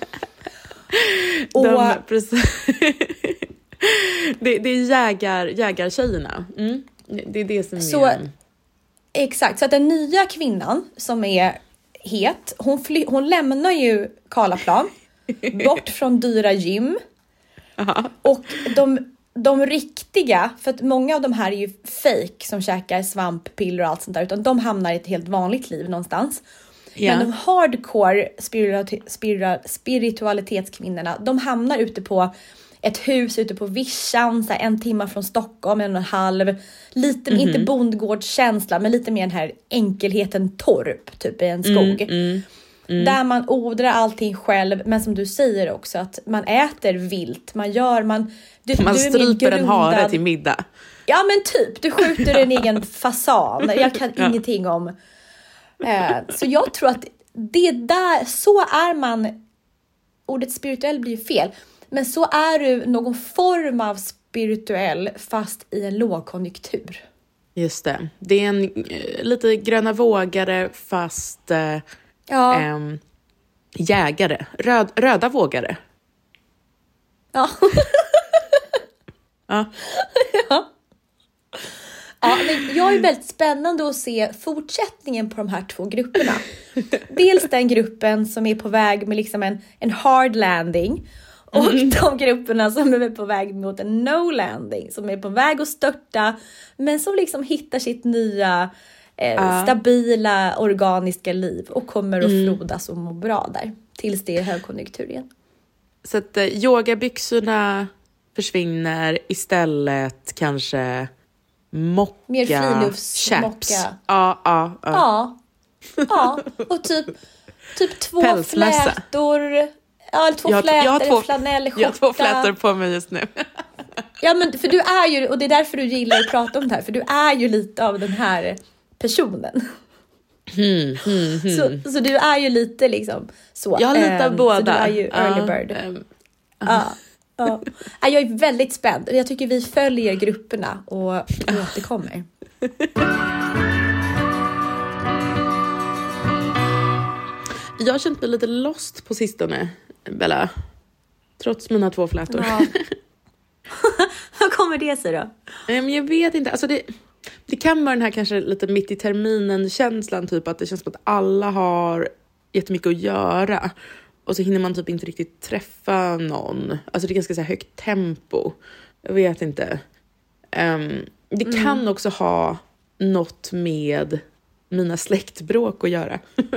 de, och, precis. det, det är jägar, jägartjejerna. Mm. Det är det som så, är... Exakt. Så att den nya kvinnan som är... het. Hon, fly- hon lämnar ju Karlaplan bort från dyra gym. Aha. Och de, de riktiga, för att många av de här är ju fake som käkar svamppiller och allt sånt där, utan de hamnar i ett helt vanligt liv någonstans. Yeah. Men de hardcore spiritual- spiritual- spiritualitetskvinnorna, de hamnar ute på ett hus ute på Vischan, så här en timme från Stockholm, en och en halv. Lite, mm-hmm. inte bondgårdskänsla, men lite mer den här enkelheten torp, typ i en skog. Mm, mm, mm. Där man odlar allting själv, men som du säger också, att man äter vilt. Man gör, man... Du, man du stryper en hare till middag. Ja, men typ. Du skjuter en egen fasan. Jag kan ja. ingenting om... Eh, så jag tror att det där, så är man... Ordet spirituell blir fel. Men så är du någon form av spirituell fast i en lågkonjunktur. Just det. Det är en uh, lite gröna vågare fast uh, ja. um, jägare. Röd, röda vågare. Ja. ja. ja. Ja, men jag är väldigt spännande att se fortsättningen på de här två grupperna. Dels den gruppen som är på väg med liksom en, en hard landing. Och mm. de grupperna som är på väg mot en no landing. Som är på väg att störta. Men som liksom hittar sitt nya eh, uh. stabila organiska liv. Och kommer att mm. frodas och må bra där. Tills det är högkonjunktur igen. Så att eh, yogabyxorna försvinner, istället kanske mocka, mer friluftsmocka. Ja, ja, ja. Ja, ja. Och typ, typ två flätor. Ja, två jag har, flätor, jag har två, en flanellskjorta. Jag har två flätor på mig just nu. Ja, men för du är ju, och det är därför du gillar att prata om det här, för du är ju lite av den här personen. Mm, mm, mm. Så, så du är ju lite liksom så. Jag har lite av um, båda. Så du är ju early bird. Uh, um, uh. Ja, ja. Jag är väldigt spänd. Jag tycker vi följer grupperna och återkommer. Jag har känt mig lite lost på sistone, Bella. Trots mina två flätor. Ja. Vad kommer det sig då? Men jag vet inte. Alltså det, det kan vara den här kanske lite mitt i terminen-känslan. Typ att det känns som att alla har jättemycket att göra. Och så hinner man typ inte riktigt träffa någon. Alltså det är ganska så här högt tempo. Jag vet inte. Um, det mm. kan också ha något med mina släktbråk att göra.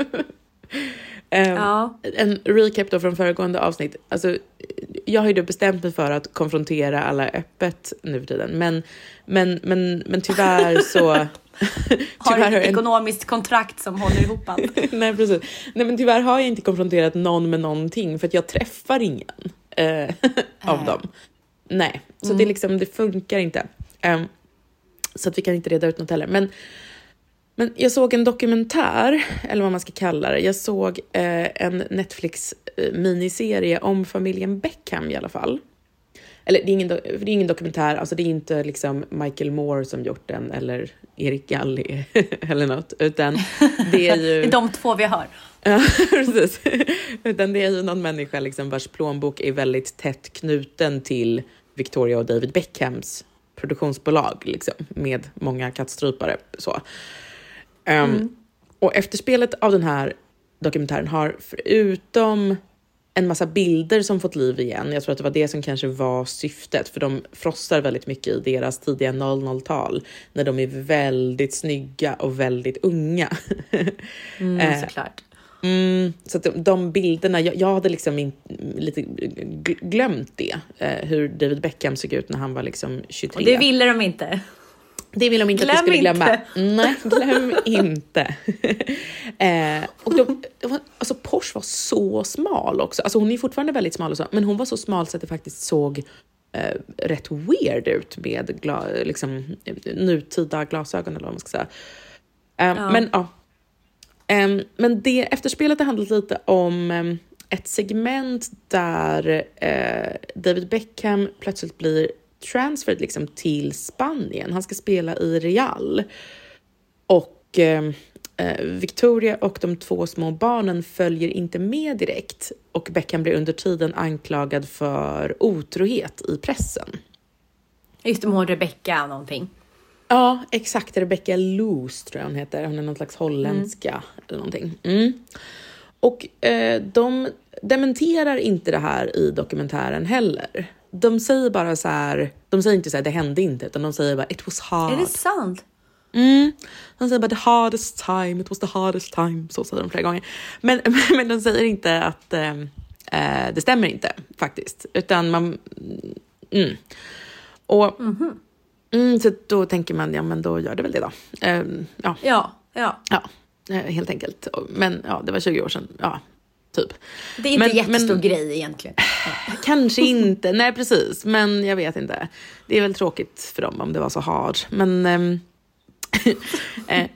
Um, ja. En recap då från föregående avsnitt. Alltså, jag har ju då bestämt mig för att konfrontera alla öppet nu för tiden. Men, men, men, men tyvärr så... Har du ett ekonomiskt en... kontrakt som håller ihop allt? Nej, precis. Nej, men tyvärr har jag inte konfronterat någon med någonting. För att jag träffar ingen eh, av äh. dem. Nej, så mm. det, liksom, det funkar inte. Um, så att vi kan inte reda ut något heller. Men... Men jag såg en dokumentär, eller vad man ska kalla det. Jag såg eh, en Netflix-miniserie om familjen Beckham i alla fall. Eller det är ingen, do- det är ingen dokumentär, alltså det är inte liksom Michael Moore som gjort den, eller Erik Galli eller något. Utan det är ju... de två vi har. Ja, precis. Utan det är ju någon människa liksom, vars plånbok är väldigt tätt knuten till Victoria och David Beckhams produktionsbolag. Liksom, med många kattstrypare, så. Um, mm. Och efterspelet av den här dokumentären har förutom en massa bilder som fått liv igen, jag tror att det var det som kanske var syftet, för de frostar väldigt mycket i deras tidiga noll noll-tal när de är väldigt snygga och väldigt unga. Mm, eh, såklart. Mm, så att de, de bilderna, jag, jag hade liksom in, lite glömt det, eh, hur David Beckham såg ut när han var liksom tjugotre. Och det ville de inte. Det vill de inte glöm att vi skulle glömma. Inte. Nej, glöm inte. eh, och de, de var, alltså Porsche var så smal också. Alltså hon är fortfarande väldigt smal och så, men hon var så smal så att det faktiskt såg eh, rätt weird ut med gla, liksom, nutida glasögon eller vad man ska säga. Eh, ja. Men ja. Eh, men det efterspelet handlar lite om eh, ett segment där eh, David Beckham plötsligt blir transferred liksom till Spanien. Han ska spela i Real. Och eh, Victoria och de två små barnen följer inte med direkt. Och Beckham blir under tiden anklagad för otrohet i pressen. Just det, hon Rebecca någonting. Ja, exakt. Rebecca Loos tror jag hon heter. Hon är någon slags holländska mm. eller någonting. Mm. Och eh, de dementerar inte det här i dokumentären heller. De säger bara så här, de säger inte så här, det hände inte, utan de säger bara, it was hard. Är det sant? Mm. De säger bara, the hardest time, it was the hardest time. Så säger de flera gånger. Men, men de säger inte att äh, det stämmer inte, faktiskt. Utan man... Mm. Och mm-hmm. mm, så då tänker man, ja men då gör det väl det då. Ähm, ja. Ja, ja. Ja, helt enkelt. Men ja, det var tjugo år sedan, ja. Typ. Det är inte en jättestor men, grej egentligen. Kanske inte. Nej, precis. Men jag vet inte. Det är väl tråkigt för dem om det var så hard. Men, ähm, äh,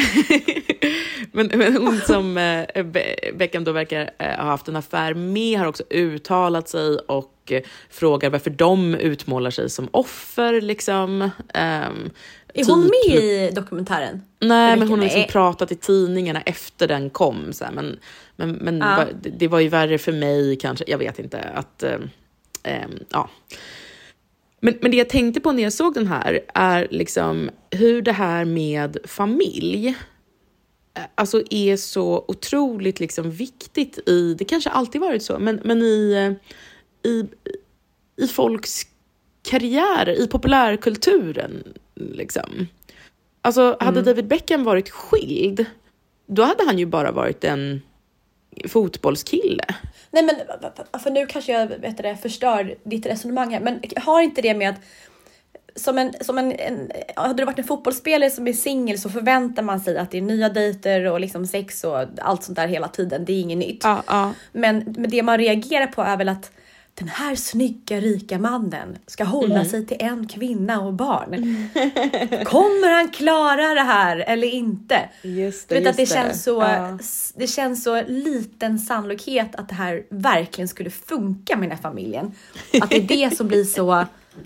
men, men hon som äh, Beckham då verkar äh, ha haft en affär med har också uttalat sig och äh, frågar varför de utmålar sig som offer. Liksom. Ähm, Är hon typ med i dokumentären? Nej, men hon har liksom pratat i tidningarna efter den kom. Så här, men men, men ja. var, det, det var ju värre för mig kanske. Jag vet inte. att äh, äh, ja. Men, men det jag tänkte på när jag såg den här är liksom hur det här med familj alltså är så otroligt liksom viktigt i, det kanske alltid varit så, men, men i, i, i folks karriärer, i populärkulturen liksom. Alltså hade mm. David Beckham varit skild, då hade han ju bara varit en fotbollskille. Nej men för nu kanske jag vet det, förstör ditt resonemang här. Men har inte det med att som en, som en, en, hade du varit en fotbollsspelare som är singel så förväntar man sig att det är nya dejter och liksom sex och allt sånt där hela tiden. Det är inget nytt. Ja, ja. Men, men det man reagerar på är väl att den här snygga rika mannen ska hålla mm. sig till en kvinna och barn. Mm. Kommer han klara det här eller inte? Just det, vet just att det, det. Känns så, ja. det känns så liten sannolikhet att det här verkligen skulle funka med den här familjen. Att det är det som blir så,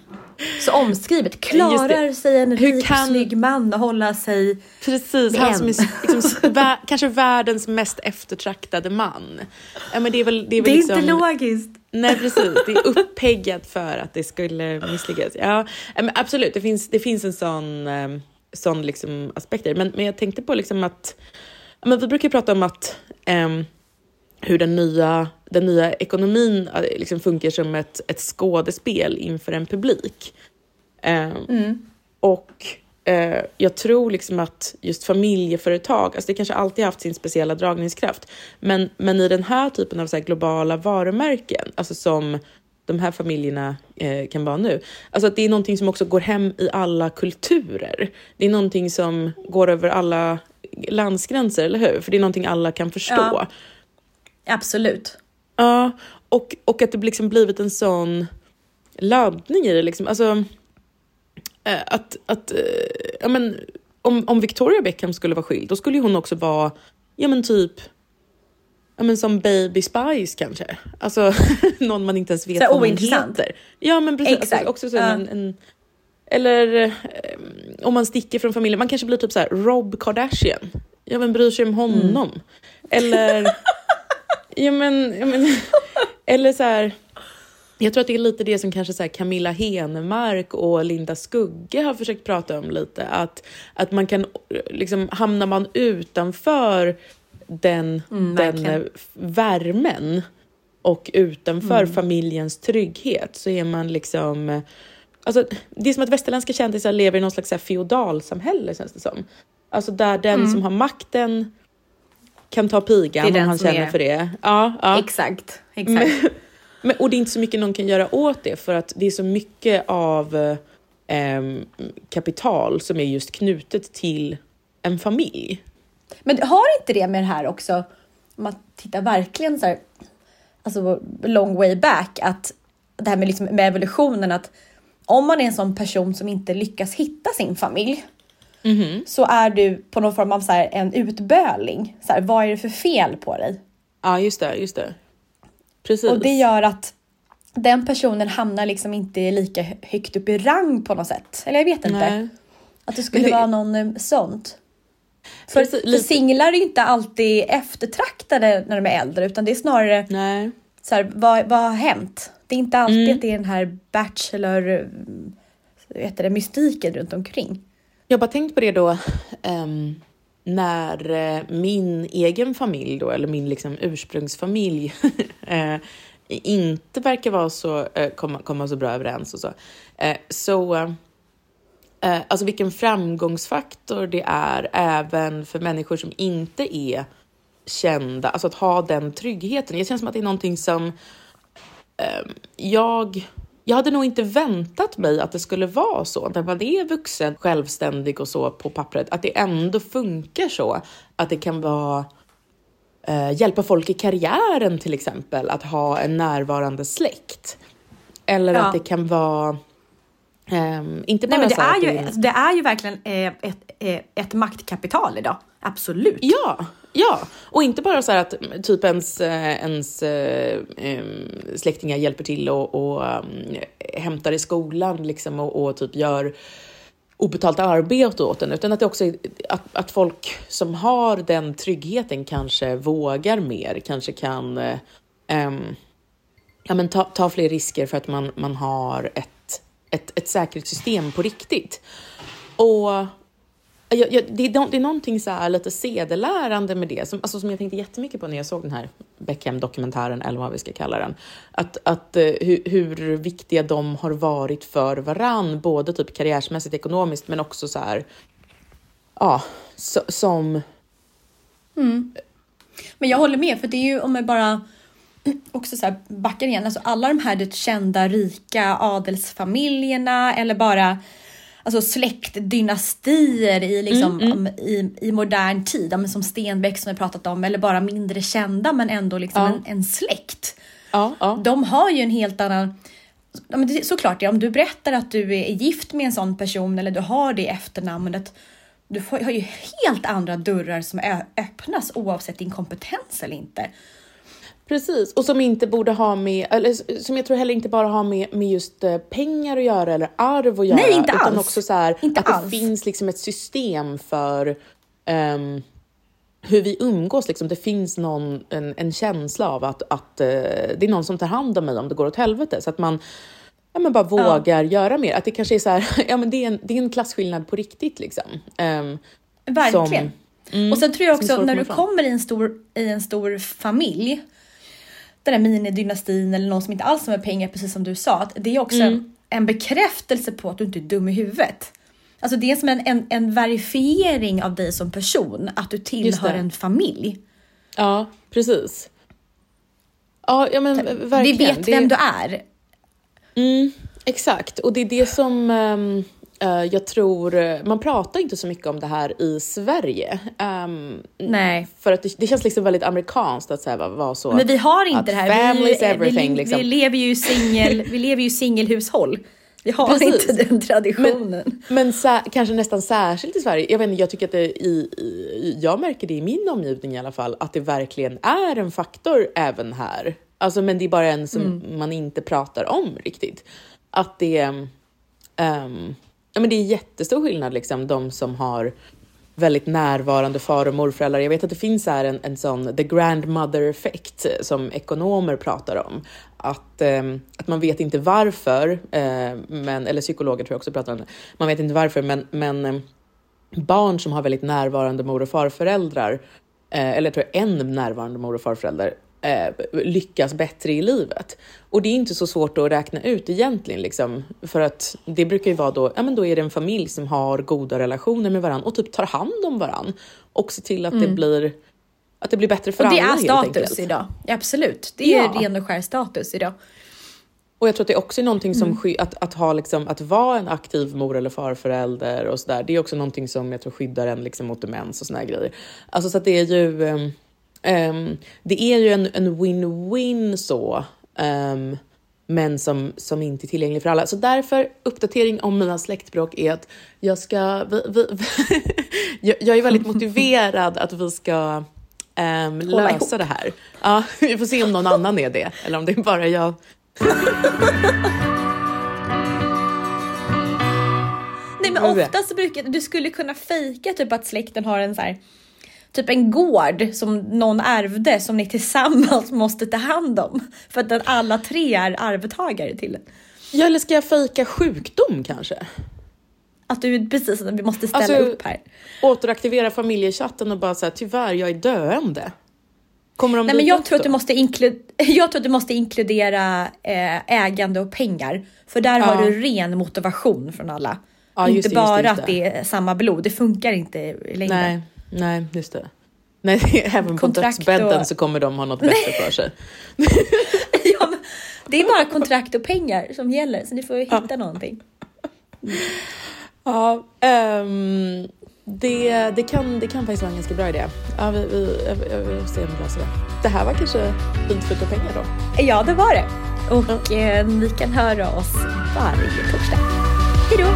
så omskrivet. Klarar sig en rik kan... snygg man att hålla sig Precis, han en. som är liksom, vä- kanske världens mest eftertraktade man. Ja, men det är väl, det är, väl det är liksom... inte logiskt. Nej, precis. Det är uppheggat för att det skulle misslyckas. Ja, men absolut. Det finns, det finns en sån, sån liksom aspekter. Men, men jag tänkte på liksom att... Men vi brukar prata om att um, hur den nya, den nya ekonomin liksom funkar som ett, ett skådespel inför en publik. Um, mm. Och uh, jag tror liksom att just familjeföretag, alltså det kanske alltid haft sin speciella dragningskraft. Men, men i den här typen av så här globala varumärken, alltså som de här familjerna eh, kan vara nu. Alltså att det är någonting som också går hem i alla kulturer. Det är någonting som går över alla landsgränser, eller hur? För det är någonting alla kan förstå. Ja, absolut. Ja, och, och att det liksom blivit en sån laddning i det. Liksom. Alltså, äh, att, att äh, ja, men, om, om Victoria Beckham skulle vara skild, då skulle hon också vara, ja men typ, ja men som Baby Spice kanske. Alltså, någon man inte ens vet vad hon heter. Ja, men precis. Exakt. Alltså, också så uh. en, en eller eh, om man sticker från familjen, man kanske blir typ så här Rob Kardashian. Ja, men bryr sig om honom. Mm. Eller ja men, ja men eller så här, jag tror att det är lite det som kanske så här Camilla Henemark och Linda Skugge har försökt prata om lite, att att man kan liksom, hamnar man utanför den mm, den värmen och utanför mm. familjens trygghet, så är man liksom, alltså, det är som att västerländska kändisar lever i någon slags så här feodalsamhälle, känns det som. Alltså där den mm. som har makten kan ta pigan om han känner är... för det. Ja, ja. Exakt, exakt. Men, men, och det är inte så mycket någon kan göra åt det, för att det är så mycket av eh, kapital som är just knutet till en familj. Men har inte det med det här också, om man tittar verkligen så här, alltså long way back, att det här med, liksom, med evolutionen, att om man är en sån person som inte lyckas hitta sin familj, mm-hmm. så är du på någon form av så här, en utböling. Så här, vad är det för fel på dig? Ja, just det, just det. Precis. Och det gör att den personen hamnar liksom inte lika högt upp i rang på något sätt. Eller jag vet inte. Nej. Att det skulle det... vara någon sånt. För, för singlar är ju inte alltid eftertraktade när de är äldre, utan det är snarare Nej. Så här, vad, vad har hänt? Det är inte alltid mm. att det är den här bachelor, vet det, mystiken runt omkring. Jag har bara tänkt på det då, um, när uh, min egen familj då, eller min liksom ursprungsfamilj uh, inte verkar vara så, uh, komma, komma så bra överens och så. Uh, så uh, uh, alltså vilken framgångsfaktor det är även för människor som inte är kända, alltså att ha den tryggheten. Jag känner som att det är någonting som uh, jag... Jag hade nog inte väntat mig att det skulle vara så. När man är vuxen, självständig och så på pappret. Att det ändå funkar så. Att det kan vara... Eh, hjälpa folk i karriären till exempel. Att ha en närvarande släkt. Eller ja. Att det kan vara... Eh, inte bara Nej, men det, så är att ju, det... Alltså, det är ju verkligen eh, ett, eh, ett maktkapital idag. Absolut. Ja, ja. Och inte bara så här att typ ens, ens äh, släktingar hjälper till och, och ähm, hämtar i skolan liksom, och, och typ gör obetalt arbete åt den. Utan att det också är att, att folk som har den tryggheten kanske vågar mer. Kanske kan äh, ja, men ta, ta fler risker för att man, man har ett, ett, ett säkerhetssystem på riktigt. Och... Jag, jag, det, är, det är någonting så här lite sedelärande med det. Som, alltså, som jag tänkte jättemycket på när jag såg den här Beckham-dokumentären. Eller vad vi ska kalla den. Att, att, uh, hur, hur viktiga de har varit för varann. Både typ karriärsmässigt, ekonomiskt. Men också så här. Ja, so, som... Mm. Men jag håller med, för det är ju om jag bara också så här backar igen, alltså alla de här det kända rika adelsfamiljerna eller bara alltså släktdynastier i liksom mm, mm. i, i modern tid, som Stenbeck som vi pratat om, eller bara mindre kända men ändå liksom ja. en, en släkt. Ja, ja. De har ju en helt annan, såklart, ja, om du berättar att du är gift med en sån person eller du har det efternamnet, du får, har ju helt andra dörrar som öppnas oavsett din kompetens eller inte. Precis, och som inte borde ha med, eller som jag tror heller inte bara har med, med just pengar att göra eller arv att göra. Nej, inte utan alls. också så här, inte att alls. det finns liksom ett system för um, hur vi umgås. Liksom. Det finns någon, en, en känsla av att, att uh, det är någon som tar hand om mig om det går åt helvete. Så att man ja, men bara vågar ja. göra mer. Att det kanske är så här, ja men det är en, det är en klasskillnad på riktigt liksom. Um, Verkligen. Som, mm, och sen tror jag också när du fram. kommer i en stor, i en stor familj, den där minidynastin eller någon som inte alls har med pengar, precis som du sa, att det är också mm. en, en bekräftelse på att du inte är dum i huvudet. Alltså det är som en, en, en verifiering av dig som person, att du tillhör en familj. Ja, precis. Ja, ja men verkligen. Vi vet det... vem du är. Mm, exakt, och det är det som um, uh, jag tror, man pratar inte så mycket om det här i Sverige. Um, Nej. För att det, det känns liksom väldigt amerikanskt att säga vara så. Men vi har inte det här. Vi, everything, vi, liksom. vi lever ju singel, vi lever ju singelhushåll. Vi har Precis. inte den traditionen. Men, men sä, kanske nästan särskilt i Sverige. Jag vet inte, jag tycker att det i, i, jag märker det i min omgivning i alla fall, att det verkligen är en faktor även här. Alltså, men det är bara en som mm. man inte pratar om riktigt. Att det, um, ja, men det är jättestor skillnad liksom, de som har väldigt närvarande far- och morföräldrar. Jag vet att det finns här en, en sån the grandmother effect som ekonomer pratar om. Att, um, att man vet inte varför, uh, men, eller psykologer tror jag också pratar om det. Man vet inte varför, men, men um, barn som har väldigt närvarande mor- och farföräldrar, uh, eller jag tror en närvarande mor- och farförälder, Eh, lyckas bättre i livet. Och det är inte så svårt att räkna ut egentligen liksom, för att det brukar ju vara då, ja men då är det en familj som har goda relationer med varandra och typ tar hand om varandra och ser till att mm. det blir att det blir bättre för alla. Och det alla, är status idag. Ja, absolut. Det är ja. ren och skär status idag. Och jag tror att det är också någonting som mm. sky- att, att ha liksom, att vara en aktiv mor- eller farförälder och sådär, det är också någonting som jag tror skyddar en liksom mot demens och såna här grejer. Alltså så att det är ju um, Um, det är ju en, en win-win så, um, men som, som inte är tillgänglig för alla. Så därför, uppdatering om mina släktbråk är att jag ska vi, vi, jag, jag är väldigt motiverad att vi ska um, lösa ihop. det här. Ja, vi får se om någon annan är det, eller om det är bara jag. Nej, men ofta så brukar du skulle kunna fejka typ att släkten har en så här, typ en gård som någon ärvde som ni tillsammans måste ta hand om. För att alla tre är arvtagare till den. Ja, eller ska jag fejka sjukdom kanske? Att du precis, att vi måste ställa alltså, upp här. Återaktivera familjechatten och bara säga tyvärr, jag är döende. Kommer de Nej, men jag tror, att du måste inklu- jag tror att du måste inkludera eh, ägande och pengar. För där ja. har du ren motivation från alla. Ja, inte det, bara det, det. att det är samma blod. Det funkar inte i längden. Nej. Nej, just det. Nej, även på dödsbädden och... så kommer de ha något bättre för sig. Ja, men det är bara kontrakt och pengar som gäller, så ni får hitta ja. någonting. Mm. Ja, um, det, det, kan, det kan faktiskt vara en ganska bra idé. Ja, vi, vi, jag, jag vill se om vi löser det. Det här var kanske fint för pengar då? Ja, det var det. Och eh, ni kan höra oss varje torsdag. Hej då!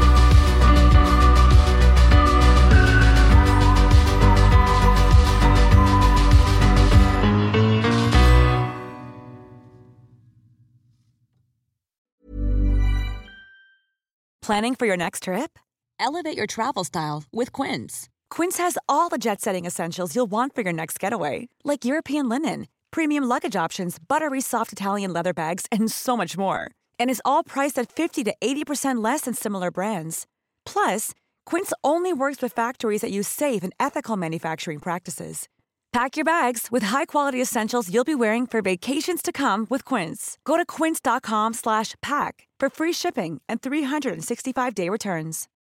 Planning for your next trip? Elevate your travel style with Quince. Quince has all the jet-setting essentials you'll want for your next getaway, like European linen, premium luggage options, buttery soft Italian leather bags, and so much more. And is all priced at fifty to eighty percent less than similar brands. Plus, Quince only works with factories that use safe and ethical manufacturing practices. Pack your bags with high-quality essentials you'll be wearing for vacations to come with Quince. Go to quince.com slash pack for free shipping and three sixty-five day returns.